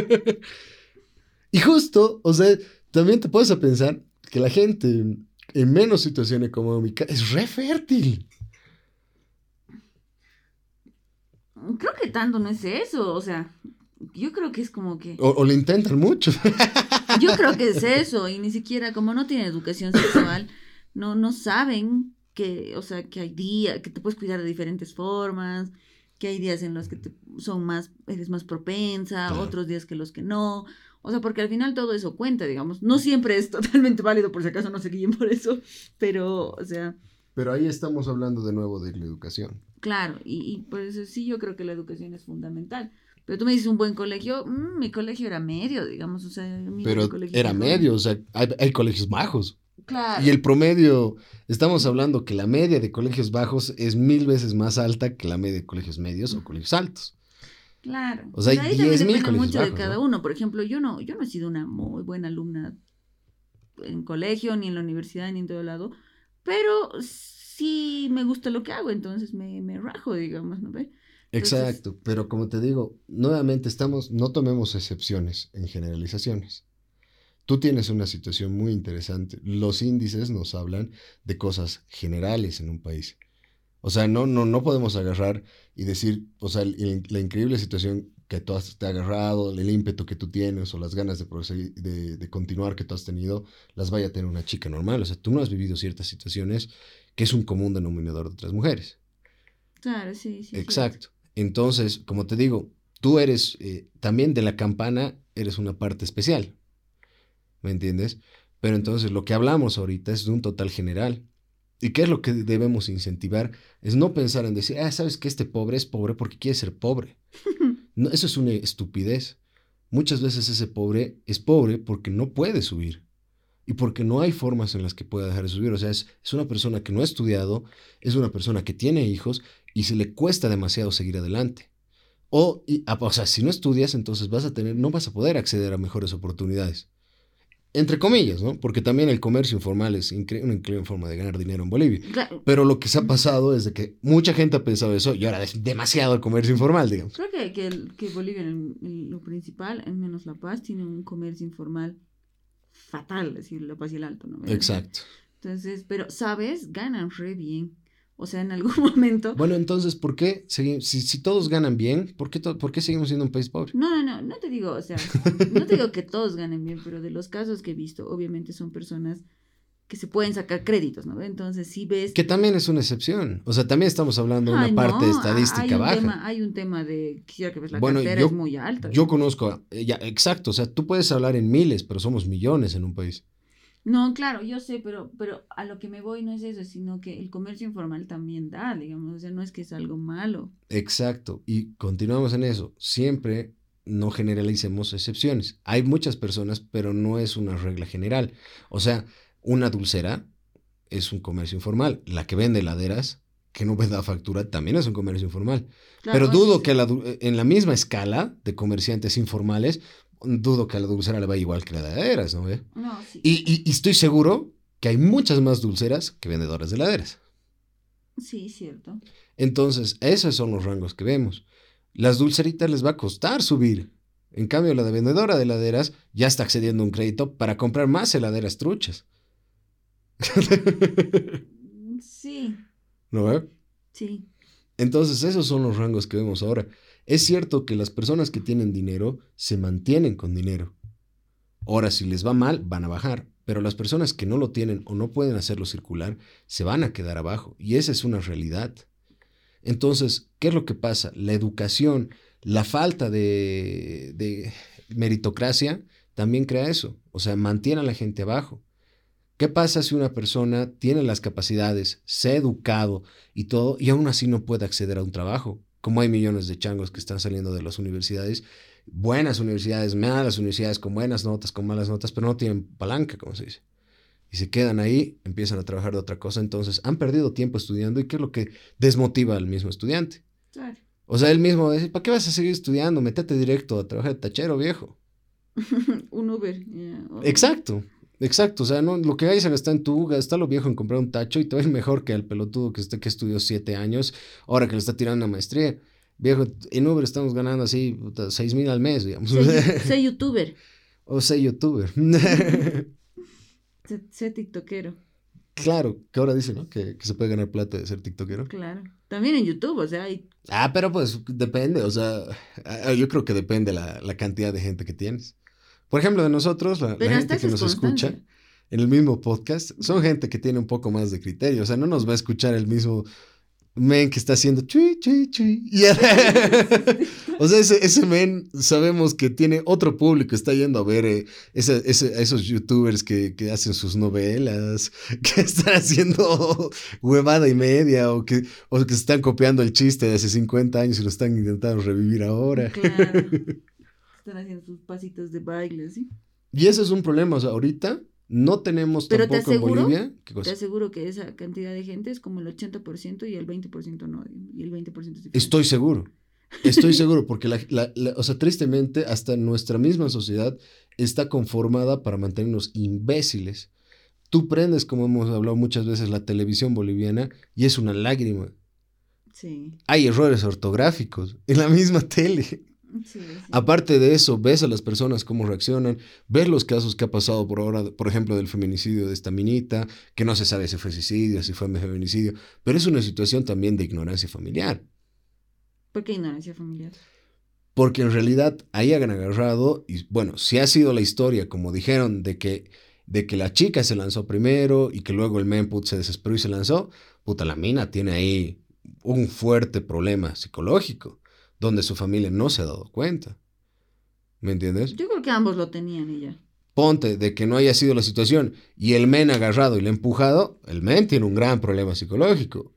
Y justo, o sea, también te puedes a pensar que la gente en menos situación económica es re fértil. Creo que tanto no es eso, o sea, yo creo que es como que... O, o le intentan mucho. Yo creo que es eso, y ni siquiera, como no tienen educación sexual, no, no saben que, o sea, que hay días, que te puedes cuidar de diferentes formas, que hay días en los que te, son más, eres más propensa, claro. Otros días que los que no, o sea, porque al final todo eso cuenta, digamos, no siempre es totalmente válido, por si acaso no se guíen por eso, pero, o sea... Pero ahí estamos hablando de nuevo de la educación. Claro, y, y por eso sí yo creo que la educación es fundamental. Pero tú me dices un buen colegio, mmm, mi colegio era medio, digamos, o sea... Pero era medio, o sea, hay, hay colegios bajos. Claro. Y el promedio, estamos hablando que la media de colegios bajos es mil veces más alta que la media de colegios medios o colegios altos. Claro. O sea, hay diez mil colegios mucho bajos, de cada ¿no? uno. Por ejemplo, yo no, yo no he sido una muy buena alumna en colegio, ni en la universidad, ni en todo lado, pero sí me gusta lo que hago, entonces me, me rajo, digamos, ¿no ve? Entonces... Exacto, pero como te digo, nuevamente estamos, no tomemos excepciones en generalizaciones. Tú tienes una situación muy interesante. Los índices nos hablan de cosas generales en un país. O sea, no, no, no podemos agarrar y decir, o sea, el, la increíble situación que tú has te ha agarrado, el ímpetu que tú tienes o las ganas de, proseguir, de, de continuar que tú has tenido, las vaya a tener una chica normal. O sea, tú no has vivido ciertas situaciones que es un común denominador de otras mujeres. Claro, sí, sí. Exacto. Entonces, como te digo, tú eres eh, también de la campana, eres una parte especial. ¿Me entiendes? Pero entonces lo que hablamos ahorita es de un total general. ¿Y qué es lo que debemos incentivar? Es no pensar en decir, ah, ¿sabes que este pobre es pobre porque quiere ser pobre? No, eso es una estupidez. Muchas veces ese pobre es pobre porque no puede subir. Y porque no hay formas en las que pueda dejar de subir. O sea, es, es una persona que no ha estudiado, es una persona que tiene hijos y se le cuesta demasiado seguir adelante. O, y, o sea, si no estudias, entonces vas a tener, no vas a poder acceder a mejores oportunidades. Entre comillas, ¿no? Porque también el comercio informal es incre- una increíble forma de ganar dinero en Bolivia. Claro. Pero lo que se ha pasado es de que mucha gente ha pensado eso y ahora es demasiado el comercio informal, digamos. Creo que, que, el, que Bolivia, en, en lo principal, en menos La Paz, tiene un comercio informal fatal, decir La Paz y el Alto, ¿no? Exacto. Entonces, pero, ¿sabes? Ganan re bien. O sea, en algún momento... Bueno, entonces, ¿por qué seguimos, si, si todos ganan bien, ¿por qué, to, ¿por qué seguimos siendo un país pobre? No, no, no, no te digo, o sea, no te digo que todos ganen bien, pero de los casos que he visto, obviamente son personas que se pueden sacar créditos, ¿no? Entonces, si ves... Que también es una excepción. O sea, también estamos hablando de una Ay, parte no, estadística hay un baja. Tema, hay un tema de, quisiera que ves la bueno, cartera, yo, es muy alta. Yo ¿no? conozco, ya, exacto, o sea, tú puedes hablar en miles, pero somos millones en un país. No, claro, yo sé, pero, pero a lo que me voy no es eso, sino que el comercio informal también da, digamos, o sea, no es que es algo malo. Exacto, y continuamos en eso, siempre no generalicemos excepciones. Hay muchas personas, pero no es una regla general. O sea, una dulcera es un comercio informal, la que vende heladeras, que no venda factura, también es un comercio informal. Claro, pero dudo sí. que la, en la misma escala de comerciantes informales, dudo que a la dulcera le vaya igual que a las heladeras, ¿no? ¿Eh? No, sí. Y, y, y estoy seguro que hay muchas más dulceras que vendedoras de heladeras. Sí, cierto. Entonces, esos son los rangos que vemos. Las dulceritas les va a costar subir. En cambio, la de vendedora de heladeras ya está accediendo a un crédito para comprar más heladeras truchas. Sí. ¿No? ¿Eh? Sí. Entonces, esos son los rangos que vemos ahora. Es cierto que las personas que tienen dinero se mantienen con dinero. Ahora, si les va mal, van a bajar. Pero las personas que no lo tienen o no pueden hacerlo circular, se van a quedar abajo. Y esa es una realidad. Entonces, ¿qué es lo que pasa? La educación, la falta de, de meritocracia también crea eso. O sea, mantiene a la gente abajo. ¿Qué pasa si una persona tiene las capacidades, se ha educado y todo, y aún así no puede acceder a un trabajo? Como hay millones de changos que están saliendo de las universidades, buenas universidades, malas universidades, con buenas notas, con malas notas, pero no tienen palanca, como se dice. Y se quedan ahí, empiezan a trabajar de otra cosa, entonces han perdido tiempo estudiando, ¿y qué es lo que desmotiva al mismo estudiante? Claro. O sea, él mismo dice, ¿para qué vas a seguir estudiando? Métete directo a trabajar de tachero, viejo. Un Uber. Yeah. Oh. Exacto, exacto. O sea, no, lo que vayas a gastar en tu, gastalo viejo en comprar un tacho y te va a ir mejor que al pelotudo que, está, que estudió siete años, ahora que le está tirando una maestría. Viejo, en Uber estamos ganando así puta, seis mil al mes, digamos. Sé, sé youtuber. O sé youtuber. sé, sé tiktokero. Claro, que ahora dicen, ¿no? Que, que se puede ganar plata de ser tiktokero. Claro. También en YouTube, o sea, hay... Ah, pero pues depende, o sea, yo creo que depende la, la cantidad de gente que tienes. Por ejemplo, de nosotros, la, la gente que nos escucha en el mismo podcast, son gente que tiene un poco más de criterio. O sea, no nos va a escuchar el mismo men que está haciendo chui, chui, chui. O sea, ese, ese men sabemos que tiene otro público, está yendo a ver eh, ese, ese, a esos youtubers que, que hacen sus novelas, que están haciendo huevada y media, o que, o que están copiando el chiste de hace cincuenta años y lo están intentando revivir ahora. Claro. Están haciendo sus pasitos de baile, ¿sí? Y ese es un problema, o sea, ahorita no tenemos Pero tampoco te aseguro, en Bolivia. ¿Qué cosa? Te aseguro que esa cantidad de gente es como el ochenta por ciento y el veinte por ciento no, y el veinte por ciento es diferente. Estoy seguro, estoy seguro, porque la, la, la, o sea, tristemente hasta nuestra misma sociedad está conformada para mantenernos imbéciles. Tú prendes, como hemos hablado muchas veces, la televisión boliviana y es una lágrima. Sí. Hay errores ortográficos en la misma tele. Sí, sí. Aparte de eso, ves a las personas cómo reaccionan, ves los casos que ha pasado por ahora, por ejemplo, del feminicidio de esta minita, que no se sabe si fue suicidio, si fue feminicidio, pero es una situación también de ignorancia familiar. ¿Por qué ignorancia familiar? Porque en realidad ahí han agarrado, y bueno, si ha sido la historia, como dijeron, de que, de que la chica se lanzó primero y que luego el men put, se desesperó y se lanzó, puta, la mina tiene ahí un fuerte problema psicológico, donde su familia no se ha dado cuenta. ¿Me entiendes? Yo creo que ambos lo tenían y ya. Ponte de que no haya sido la situación y el men agarrado y le ha empujado, el men tiene un gran problema psicológico.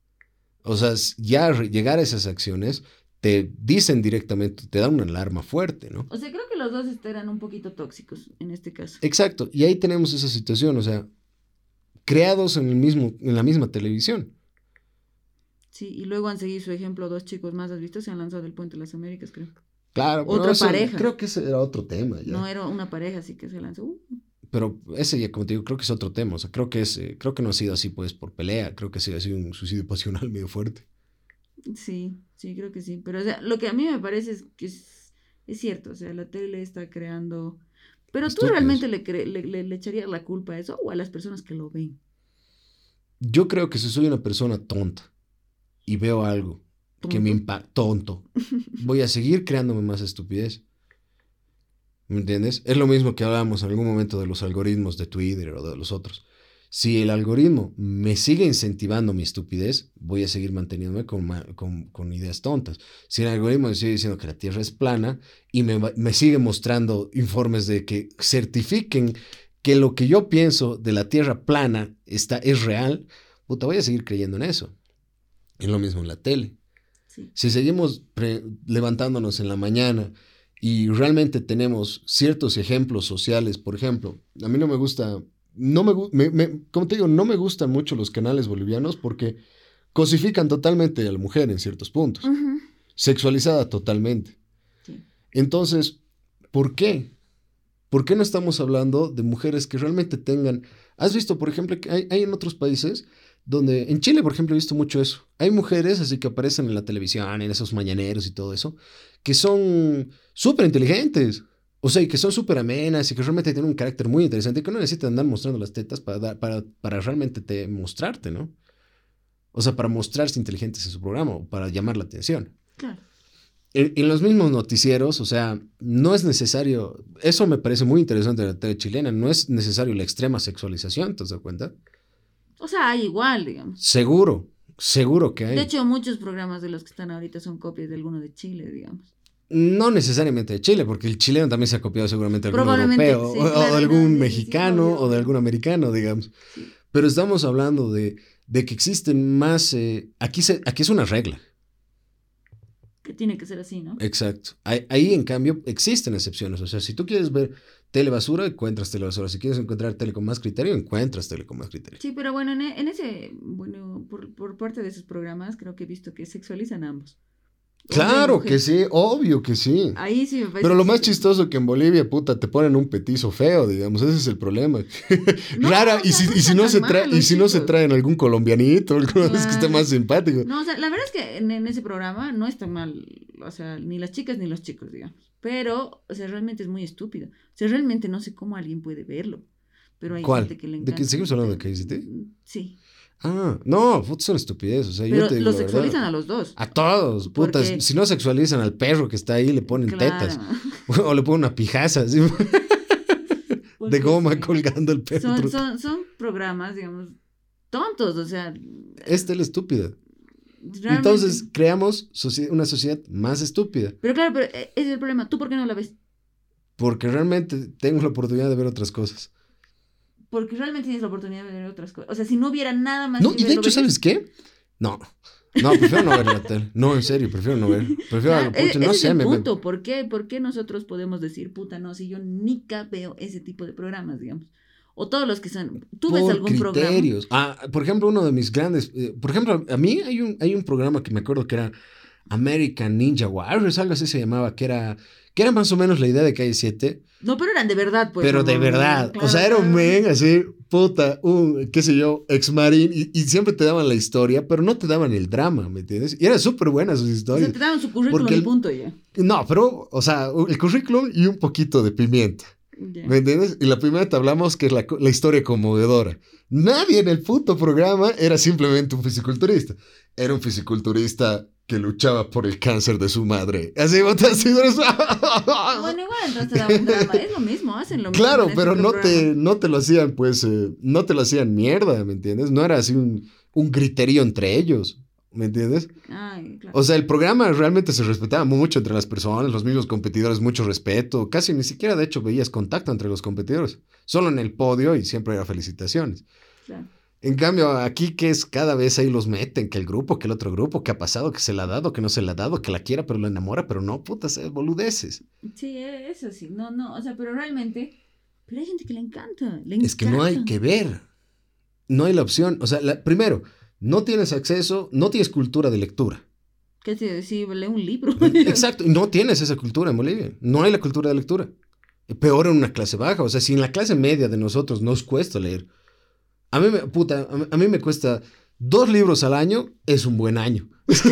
O sea, ya llegar a esas acciones te dicen directamente, te dan una alarma fuerte, ¿no? O sea, creo que los dos eran un poquito tóxicos en este caso. Exacto, y ahí tenemos esa situación, o sea, creados en, el mismo, en la misma televisión. Sí, y luego han seguido su ejemplo dos chicos más, ¿has visto? Se han lanzado del Puente de las Américas, creo. Claro, otra eso, pareja. Creo que ese era otro tema. Ya. No era una pareja, así que se lanzó. Uh. Pero ese ya, como te digo, creo que es otro tema. O sea, creo que, es, eh, creo que no ha sido así, pues, por pelea. Creo que sí ha sido un suicidio pasional medio fuerte. Sí, sí, creo que sí. Pero, o sea, lo que a mí me parece es que es, es cierto. O sea, la tele está creando... Pero tú Estúpidos. realmente le, cre le, le, le echarías la culpa a eso o a las personas que lo ven. Yo creo que si soy una persona tonta y veo algo ¿Tonto? que me impacta, tonto, voy a seguir creándome más estupidez. ¿Me entiendes? Es lo mismo que hablábamos en algún momento de los algoritmos de Twitter o de los otros. Si el algoritmo me sigue incentivando mi estupidez, voy a seguir manteniéndome con, con, con ideas tontas. Si el algoritmo me sigue diciendo que la Tierra es plana y me, me sigue mostrando informes de que certifiquen que lo que yo pienso de la Tierra plana está, es real, puta, voy a seguir creyendo en eso. Es lo mismo en la tele. Sí. Si seguimos pre- levantándonos en la mañana y realmente tenemos ciertos ejemplos sociales, por ejemplo, a mí no me gusta, no me, me, me, como te digo, no me gustan mucho los canales bolivianos porque cosifican totalmente a la mujer en ciertos puntos, uh-huh. sexualizada totalmente. Sí. Entonces, ¿por qué? ¿Por qué no estamos hablando de mujeres que realmente tengan... ¿Has visto, por ejemplo, que hay, hay en otros países donde... En Chile, por ejemplo, he visto mucho eso. Hay mujeres así que aparecen en la televisión, en esos mañaneros y todo eso, que son súper inteligentes. O sea, y que son súper amenas y que realmente tienen un carácter muy interesante y que no necesitan andar mostrando las tetas para, dar, para, para realmente te, mostrarte, ¿no? O sea, para mostrarse inteligentes en su programa o para llamar la atención. Claro. En, en los mismos noticieros, o sea, no es necesario, eso me parece muy interesante de la tele chilena, no es necesario la extrema sexualización, ¿te das cuenta? O sea, hay igual, digamos. Seguro, seguro que hay. De hecho, muchos programas de los que están ahorita son copias de alguno de Chile, digamos. No necesariamente de Chile, porque el chileno también se ha copiado seguramente de algún europeo, sí, o, claro, o de algún no, mexicano, sí, sí, o de algún americano, digamos. Sí. Pero estamos hablando de, de que existen más, eh, aquí, se, aquí es una regla. Que tiene que ser así, ¿no? Exacto. Ahí, ahí, en cambio, existen excepciones. O sea, si tú quieres ver telebasura, encuentras telebasura. Si quieres encontrar tele con más criterio, encuentras tele con más criterio. Sí, pero bueno, en, en ese, bueno, por, por parte de esos programas, creo que he visto que sexualizan ambos. Claro que sí, obvio que sí. Ahí sí me parece. Pero lo más sí. chistoso que en Bolivia, puta, te ponen un petizo feo, digamos, ese es el problema. No, Rara, o y sea, si, no y si están no tan se mal trae, y los si no se chicos. traen algún colombianito, alguno que esté Claro. más simpático. No, o sea, la verdad es que en, en ese programa no está mal, o sea, ni las chicas ni los chicos, digamos. Pero, o sea, realmente es muy estúpido. O sea, realmente no sé cómo alguien puede verlo. Pero hay ¿Cuál? gente que le ¿De encanta. qué seguimos hablando de K C T? Sí. Ah, no, puta, es una estupidez. O sea, yo Pero te digo lo la sexualizan verdad. a los dos. A todos, putas. Porque- Si no sexualizan al perro que está ahí, le ponen Claro. tetas. O le ponen una pijaza así, de Porque goma sí. colgando el perro. Son, son, son programas, digamos, tontos, o sea. Esta es la estúpida. realmente- Entonces creamos soci- una sociedad más estúpida. Pero claro, pero eh, ese es el problema. ¿Tú por qué no la ves? Porque realmente tengo la oportunidad de ver otras cosas. Porque realmente tienes la oportunidad de ver otras cosas. O sea, si no hubiera nada más No, que y de ver, ¿lo hecho, verías? ¿sabes qué? No. No, prefiero no ver la tele. No, en serio, prefiero no ver. Prefiero, Claro, pucha, ese no es sé, el me, me- punto. ¿Por qué? ¿Por qué nosotros podemos decir, puta, no, si yo nica veo ese tipo de programas, digamos? O todos los que son. ¿Tú ves por algún programa? criterios. Ah, por ejemplo, uno de mis grandes. eh, por ejemplo, a mí hay un, hay un programa que me acuerdo que era American Ninja Warriors, algo así se llamaba, que era, que era más o menos la idea de Calle siete, No, pero eran de verdad, pues. pero no, de no, verdad. claro, O sea, era un claro. men así, puta, un, qué sé yo, ex marín, y, y siempre te daban la historia, pero no te daban el drama, ¿me entiendes? Y eran súper buenas sus O historias. sea, te daban su currículum Porque y el- punto ya. No, pero, o sea, el currículum y un poquito de pimienta. Ya. ¿Me entiendes? Y la primera te hablamos que es la, co- la historia conmovedora. Nadie en el puto programa era simplemente un fisiculturista. Era un fisiculturista que luchaba por el cáncer de su madre. Así, vos te has sido- Bueno, igual entonces te daban drama. Es lo mismo, hacen lo mismo. Claro, en ese pero no te, programa. no te lo hacían, pues, eh, no te lo hacían mierda, ¿me entiendes? No era así un, un griterío entre ellos, ¿me entiendes? Ay, claro. O sea, el programa realmente se respetaba mucho entre las personas, los mismos competidores, mucho respeto. Casi ni siquiera, de hecho, veías contacto entre los competidores. Solo en el podio y siempre era felicitaciones. Claro. En cambio, aquí que es cada vez ahí los meten, que el grupo, que el otro grupo, que ha pasado, que se la ha dado, que no se la ha dado, que la quiera, pero lo enamora, pero no, putas, es boludeces. Sí, eso sí. No, no, o sea, pero realmente. Pero hay gente que le encanta. Le Es que no hay encanta. que ver. No hay la opción. O sea, la- primero, no tienes acceso, no tienes cultura de lectura. ¿Qué te decía? Lee un libro. Exacto, y no tienes esa cultura en Bolivia. No hay la cultura de lectura. Y peor en una clase baja. O sea, si en la clase media de nosotros nos cuesta leer. A mí me, puta, a mí, a mí me cuesta dos libros al año, es un buen año. Pues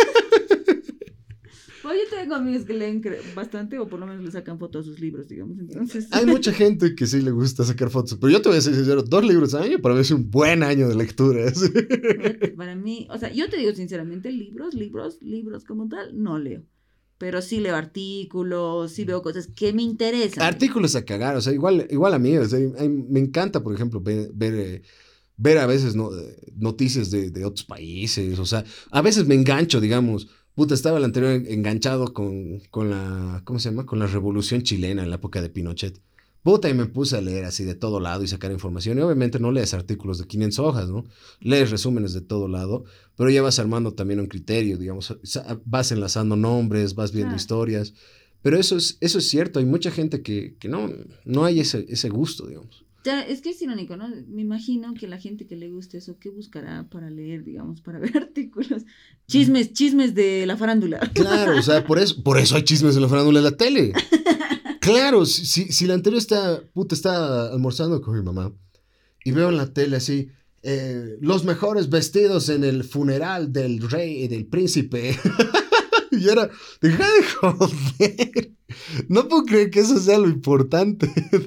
yo tengo amigos que leen cre- bastante o por lo menos le sacan fotos a sus libros, digamos. Entonces. Hay mucha gente que sí le gusta sacar fotos, pero yo te voy a ser sincero, dos libros al año para mí es un buen año de lectura. Para mí, o sea, yo te digo sinceramente, libros, libros, libros como tal, no leo. Pero sí leo artículos, sí veo cosas que me interesan. Artículos a cagar, o sea, igual, igual a mí, o sea, hay- me encanta, por ejemplo, ver, ver, eh, ver a veces no, eh, noticias de, de otros países, o sea, a veces me engancho, digamos, puta, estaba el anterior en- enganchado con, con la, ¿cómo se llama? Con la revolución chilena en la época de Pinochet. Puta, y me puse a leer así de todo lado y sacar información. Y obviamente no lees artículos de quinientas hojas, ¿no? Lees resúmenes de todo lado, pero ya vas armando también un criterio, digamos. sa- Vas enlazando nombres, vas viendo Claro. historias. Pero eso es, eso es cierto, hay mucha gente que, que no, no hay ese, ese gusto, digamos. Ya, es que es irónico, ¿no? Me imagino que la gente que le guste eso, ¿qué buscará para leer, digamos, para ver artículos? Chismes, chismes de la farándula. Claro, o sea, por eso, por eso hay chismes en la farándula de la tele. Claro, si, si, si la anterior está, puta, está almorzando con mi mamá y veo en la tele así, eh, los mejores vestidos en el funeral del rey y del príncipe. Y era, deja de joder. No puedo creer que eso sea lo importante.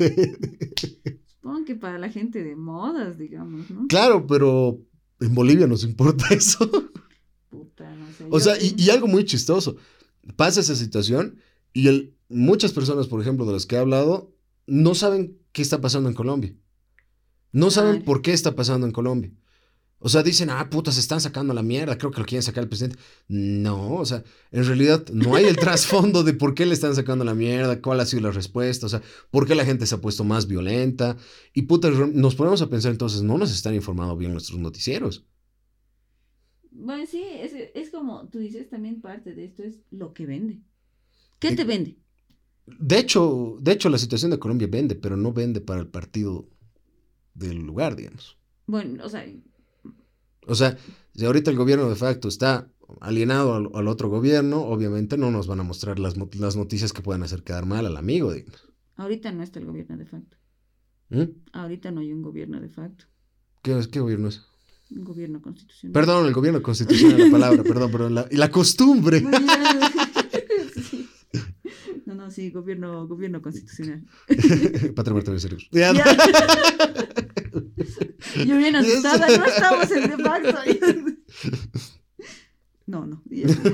de- Supongo que para la gente de modas, digamos, ¿no? Claro, pero en Bolivia nos importa eso. Puta, no sé. O yo- sea, y, y algo muy chistoso. Pasa esa situación y el, muchas personas, por ejemplo, de las que he hablado, no saben qué está pasando en Colombia. No saben Claro. por qué está pasando en Colombia. O sea, dicen, ah, puta, se están sacando la mierda, creo que lo quieren sacar el presidente. No, o sea, en realidad no hay el trasfondo de por qué le están sacando la mierda, cuál ha sido la respuesta, o sea, por qué la gente se ha puesto más violenta. Y puta, nos ponemos a pensar entonces, no nos están informando bien nuestros noticieros. Bueno, sí, es, es como tú dices, también parte de esto es lo que vende. ¿Qué te Eh, vende? De hecho, de hecho, la situación de Colombia vende, pero no vende para el partido del lugar, digamos. Bueno, o sea, O sea, si ahorita el gobierno de facto está alienado al, al otro gobierno, obviamente no nos van a mostrar las, las noticias que puedan hacer quedar mal al amigo, digamos. Ahorita no está el gobierno de facto. ¿Mm? Ahorita no hay un gobierno de facto. ¿Qué, qué gobierno es? Un gobierno constitucional. Perdón, el gobierno constitucional, la palabra, perdón, pero la, y la costumbre. Sí. No, no, sí, gobierno, gobierno constitucional. Patria, muerte, cerebro. Ya. Yo bien asustada, no estamos en de facto. No, no.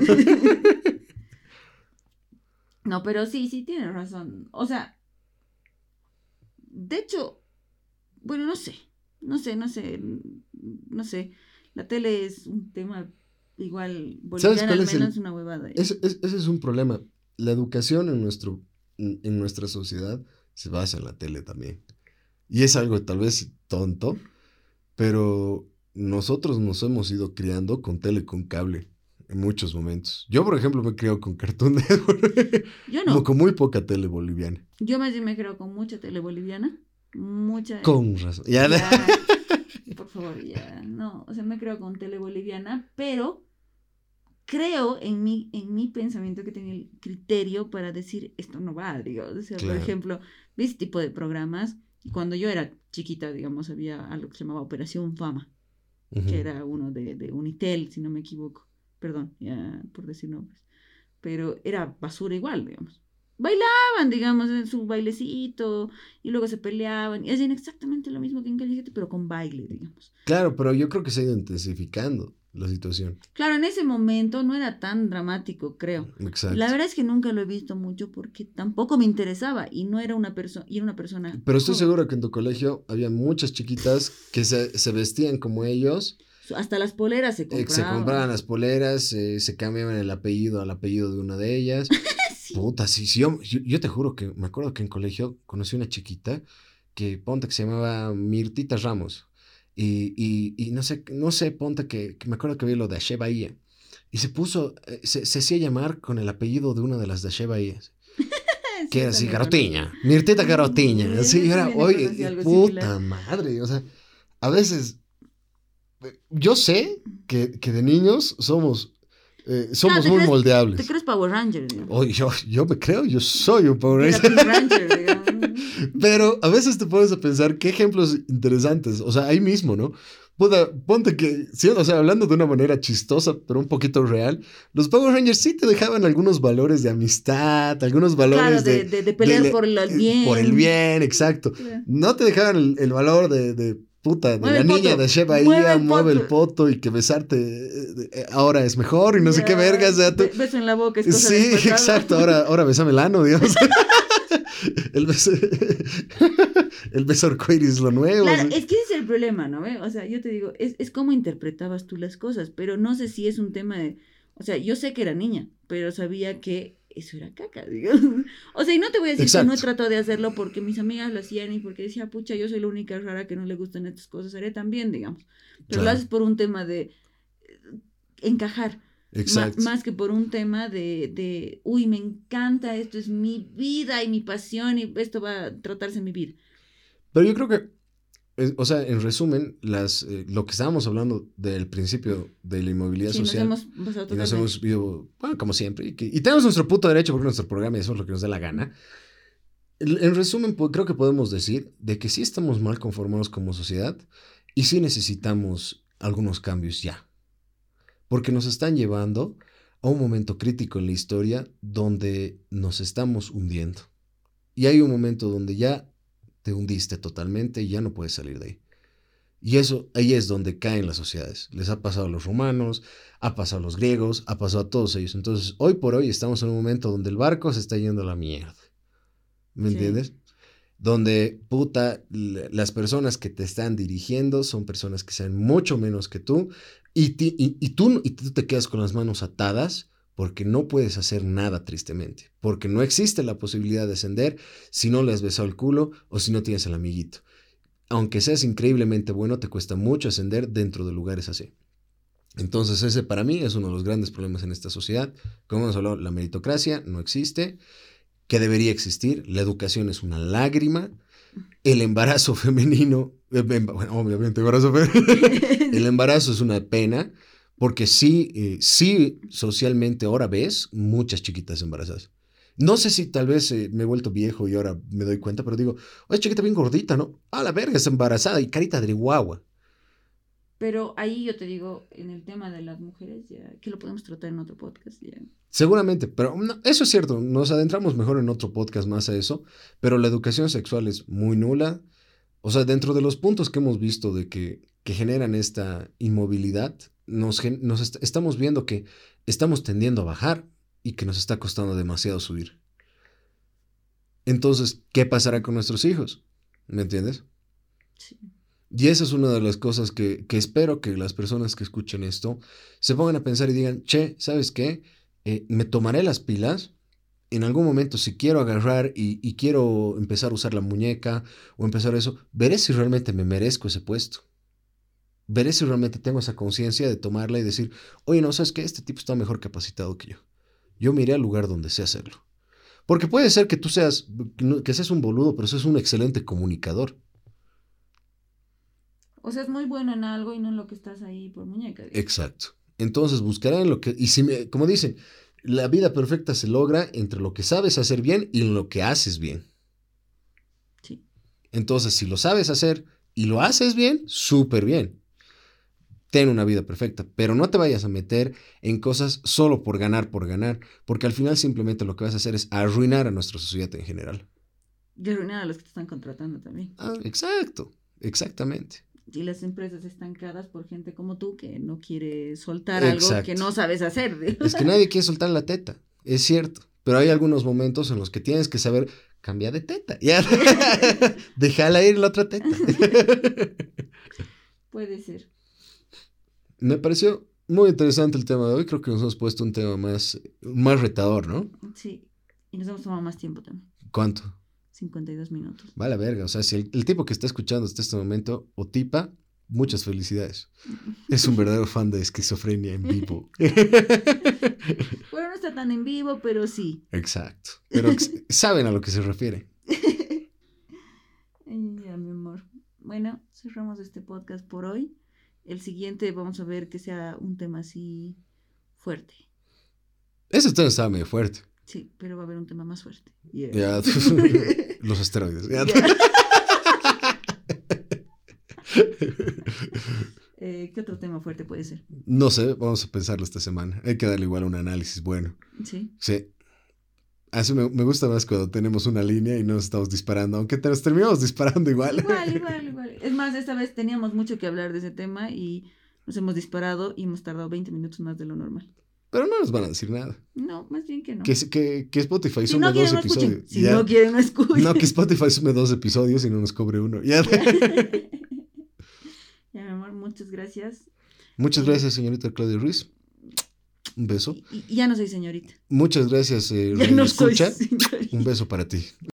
No, pero sí, sí, tienes razón. O sea, de hecho, bueno, no sé, no sé, no sé, no sé. La tele es un tema igual, boliviana al menos es el, una huevada. Ese, es, ese es un problema. La educación en, nuestro, en nuestra sociedad se basa en la tele también. Y es algo tal vez tonto, pero nosotros nos hemos ido criando con tele con cable en muchos momentos. Yo, por ejemplo, me creo con Cartoon Network. Yo no. Con muy poca tele boliviana. Yo más bien me creo con mucha tele boliviana. Mucha. Con razón. Ya, ya, por favor, ya. No, o sea, me creo con tele boliviana, pero creo en mi, en mi pensamiento que tenía el criterio para decir esto no va, digamos. O sea, claro. Por ejemplo, ¿ves este tipo de programas? Cuando yo era chiquita, digamos, había algo que se llamaba Operación Fama, uh-huh. que era uno de, de Unitel, si no me equivoco. Perdón, ya por decir nombres. Pero era basura igual, digamos. Bailaban, digamos, en su bailecito, y luego se peleaban, y hacían exactamente lo mismo que en Calle siete, pero con baile, digamos. Claro, pero yo creo que se ha ido intensificando la situación. Claro, en ese momento no era tan dramático, creo. Exacto. La verdad es que nunca lo he visto mucho porque tampoco me interesaba, y no era una persona, y era una persona... Pero estoy joven. seguro que en tu colegio había muchas chiquitas que se, se vestían como ellos. Hasta las poleras se compraban. Se compraban las poleras, eh, se cambiaban el apellido al apellido de una de ellas. Sí. Puta, sí, sí yo, yo, yo te juro que me acuerdo que en colegio conocí una chiquita que, ponte, que se llamaba Mirtita Ramos. Y, y, y no sé, no sé, ponte que, que me acuerdo que vi lo de Ashe Bahía. Y se puso, eh, se, se hacía llamar con el apellido de una de las de Ashe Bahía. Sí, que era así, Garotiña. Mirtita Garotiña. Así, sí, era, oye, puta similar. Madre. O sea, a veces... Yo sé que, que de niños somos, eh, somos ah, muy crees, moldeables. ¿Te crees Power Ranger? Oye, yo, yo me creo, yo soy un Power Ranger. Ranger Pero a veces te pones a pensar qué ejemplos interesantes, o sea, ahí mismo, ¿no? Puta, ponte que, sí, o sea, hablando de una manera chistosa, pero un poquito real, los Power Rangers sí te dejaban algunos valores de amistad, algunos valores claro, de, de, de, de pelear de, por el bien. Por el bien, exacto. Claro. No te dejaban el, el valor de... de puta, de mueve la niña poto. De Ashe Bahía, mueve, el, mueve el poto y que besarte eh, ahora es mejor y no yeah. sé qué verga. O sea, tú... Beso en la boca es cosa sí, exacto, ahora, ahora besame el ano, Dios. el beso el beso arcoíris es lo nuevo. Claro, ¿sí? Es que ese es el problema, ¿no? ¿Eh? O sea, yo te digo, es, es cómo interpretabas tú las cosas, pero no sé si es un tema de... O sea, yo sé que era niña, pero sabía que eso era caca, digamos. O sea, y no te voy a decir exacto. Que no he tratado de hacerlo porque mis amigas lo hacían y porque decía, pucha, yo soy la única rara que no le gustan estas cosas, haré también, digamos. Pero claro. Lo haces por un tema de encajar. Exacto. Más, más que por un tema de, de, uy, me encanta, esto es mi vida y mi pasión y esto va a tratarse mi vida. Pero yo creo que, o sea, en resumen, las, eh, lo que estábamos hablando del principio de la inmovilidad sí, social. Nos hemos pasado y nos hemos vivido, bueno, como siempre. Y, que, y tenemos nuestro puto derecho porque nuestro programa y eso es lo que nos da la gana. En, en resumen, pues, creo que podemos decir de que sí estamos mal conformados como sociedad y sí necesitamos algunos cambios ya. Porque nos están llevando a un momento crítico en la historia donde nos estamos hundiendo. Y hay un momento donde ya te hundiste totalmente y ya no puedes salir de ahí. Y eso, ahí es donde caen las sociedades. Les ha pasado a los romanos, ha pasado a los griegos, ha pasado a todos ellos. Entonces, hoy por hoy estamos en un momento donde el barco se está yendo a la mierda. ¿Me sí. entiendes? Donde, puta, las personas que te están dirigiendo son personas que saben mucho menos que tú y, ti, y, y, tú, y tú te quedas con las manos atadas porque no puedes hacer nada, tristemente. Porque no existe la posibilidad de ascender si no le has besado el culo o si no tienes al amiguito. Aunque seas increíblemente bueno, te cuesta mucho ascender dentro de lugares así. Entonces ese para mí es uno de los grandes problemas en esta sociedad. Como hemos hablado, la meritocracia no existe, que debería existir. La educación es una lágrima. El embarazo femenino, eh, bueno, obviamente embarazo femenino, el embarazo es una pena. Porque sí, eh, sí, socialmente ahora ves muchas chiquitas embarazadas. No sé si tal vez eh, me he vuelto viejo y ahora me doy cuenta, pero digo, oye, chiquita bien gordita, ¿no? A la verga, está embarazada y carita de guagua. Pero ahí yo te digo, en el tema de las mujeres, ya que lo podemos tratar en otro podcast, ya. Seguramente, pero no, eso es cierto, nos adentramos mejor en otro podcast más a eso, pero la educación sexual es muy nula. O sea, dentro de los puntos que hemos visto de que, que generan esta inmovilidad, nos, nos est estamos viendo que estamos tendiendo a bajar y que nos está costando demasiado subir. Entonces, ¿qué pasará con nuestros hijos? ¿Me entiendes? Sí. Y esa es una de las cosas que, que espero que las personas que escuchen esto se pongan a pensar y digan, che, ¿sabes qué? Eh, me tomaré las pilas. En algún momento, si quiero agarrar y, y quiero empezar a usar la muñeca o empezar eso, veré si realmente me merezco ese puesto. Veré si realmente tengo esa conciencia de tomarla y decir, oye, no, ¿sabes qué? Este tipo está mejor capacitado que yo. Yo me iré al lugar donde sé hacerlo. Porque puede ser que tú seas, que seas un boludo, pero seas un excelente comunicador. O sea, es muy bueno en algo y no en lo que estás ahí por muñeca. Digamos. Exacto. Entonces buscaré en lo que, y si me, como dicen, la vida perfecta se logra entre lo que sabes hacer bien y lo que haces bien. Sí. Entonces, si lo sabes hacer y lo haces bien, súper bien. Ten una vida perfecta, pero no te vayas a meter en cosas solo por ganar, por ganar, porque al final simplemente lo que vas a hacer es arruinar a nuestra sociedad en general. Y arruinar a los que te están contratando también. Ah, exacto, exactamente. Y las empresas estancadas por gente como tú que no quiere soltar Exacto. algo que no sabes hacer. Es que nadie quiere soltar la teta, es cierto, pero hay algunos momentos en los que tienes que saber cambiar de teta, ya, déjala ir la otra teta. Puede ser. Me pareció muy interesante el tema de hoy, creo que nos hemos puesto un tema más, más retador, ¿no? Sí, y nos hemos tomado más tiempo también. ¿Cuánto? cincuenta y dos minutos. Vale, verga. O sea, si el, el tipo que está escuchando hasta este momento, o tipa, muchas felicidades. Es un verdadero fan de esquizofrenia en vivo. Bueno, no está tan en vivo, pero sí. Exacto. Pero saben a lo que se refiere. Ya, mi amor. Bueno, cerramos este podcast por hoy. El siguiente vamos a ver que sea un tema así fuerte. Ese tema estaba medio fuerte. Sí, pero va a haber un tema más fuerte. Yeah. Ya, los esteroides. Ya. Yeah. eh, ¿Qué otro tema fuerte puede ser? No sé, vamos a pensarlo esta semana. Hay que darle igual un análisis bueno. Sí. Sí. Así me, me gusta más cuando tenemos una línea y no nos estamos disparando, aunque te nos terminamos disparando igual. Igual, igual, igual. Es más, esta vez teníamos mucho que hablar de ese tema y nos hemos disparado y hemos tardado veinte minutos más de lo normal. Pero no nos van a decir nada. No, más bien que no. Que, que, que Spotify si sume no quieren, dos no episodios. Escuchen. Si ya. no quieren, no escuchen. No, que Spotify sume dos episodios y no nos cobre uno. Ya, ya mi amor, muchas gracias. Muchas gracias, señorita Claudia Ruiz. Un beso. Y, y ya no soy señorita. Muchas gracias, eh, ya no soy escucha. señorita. Un beso para ti.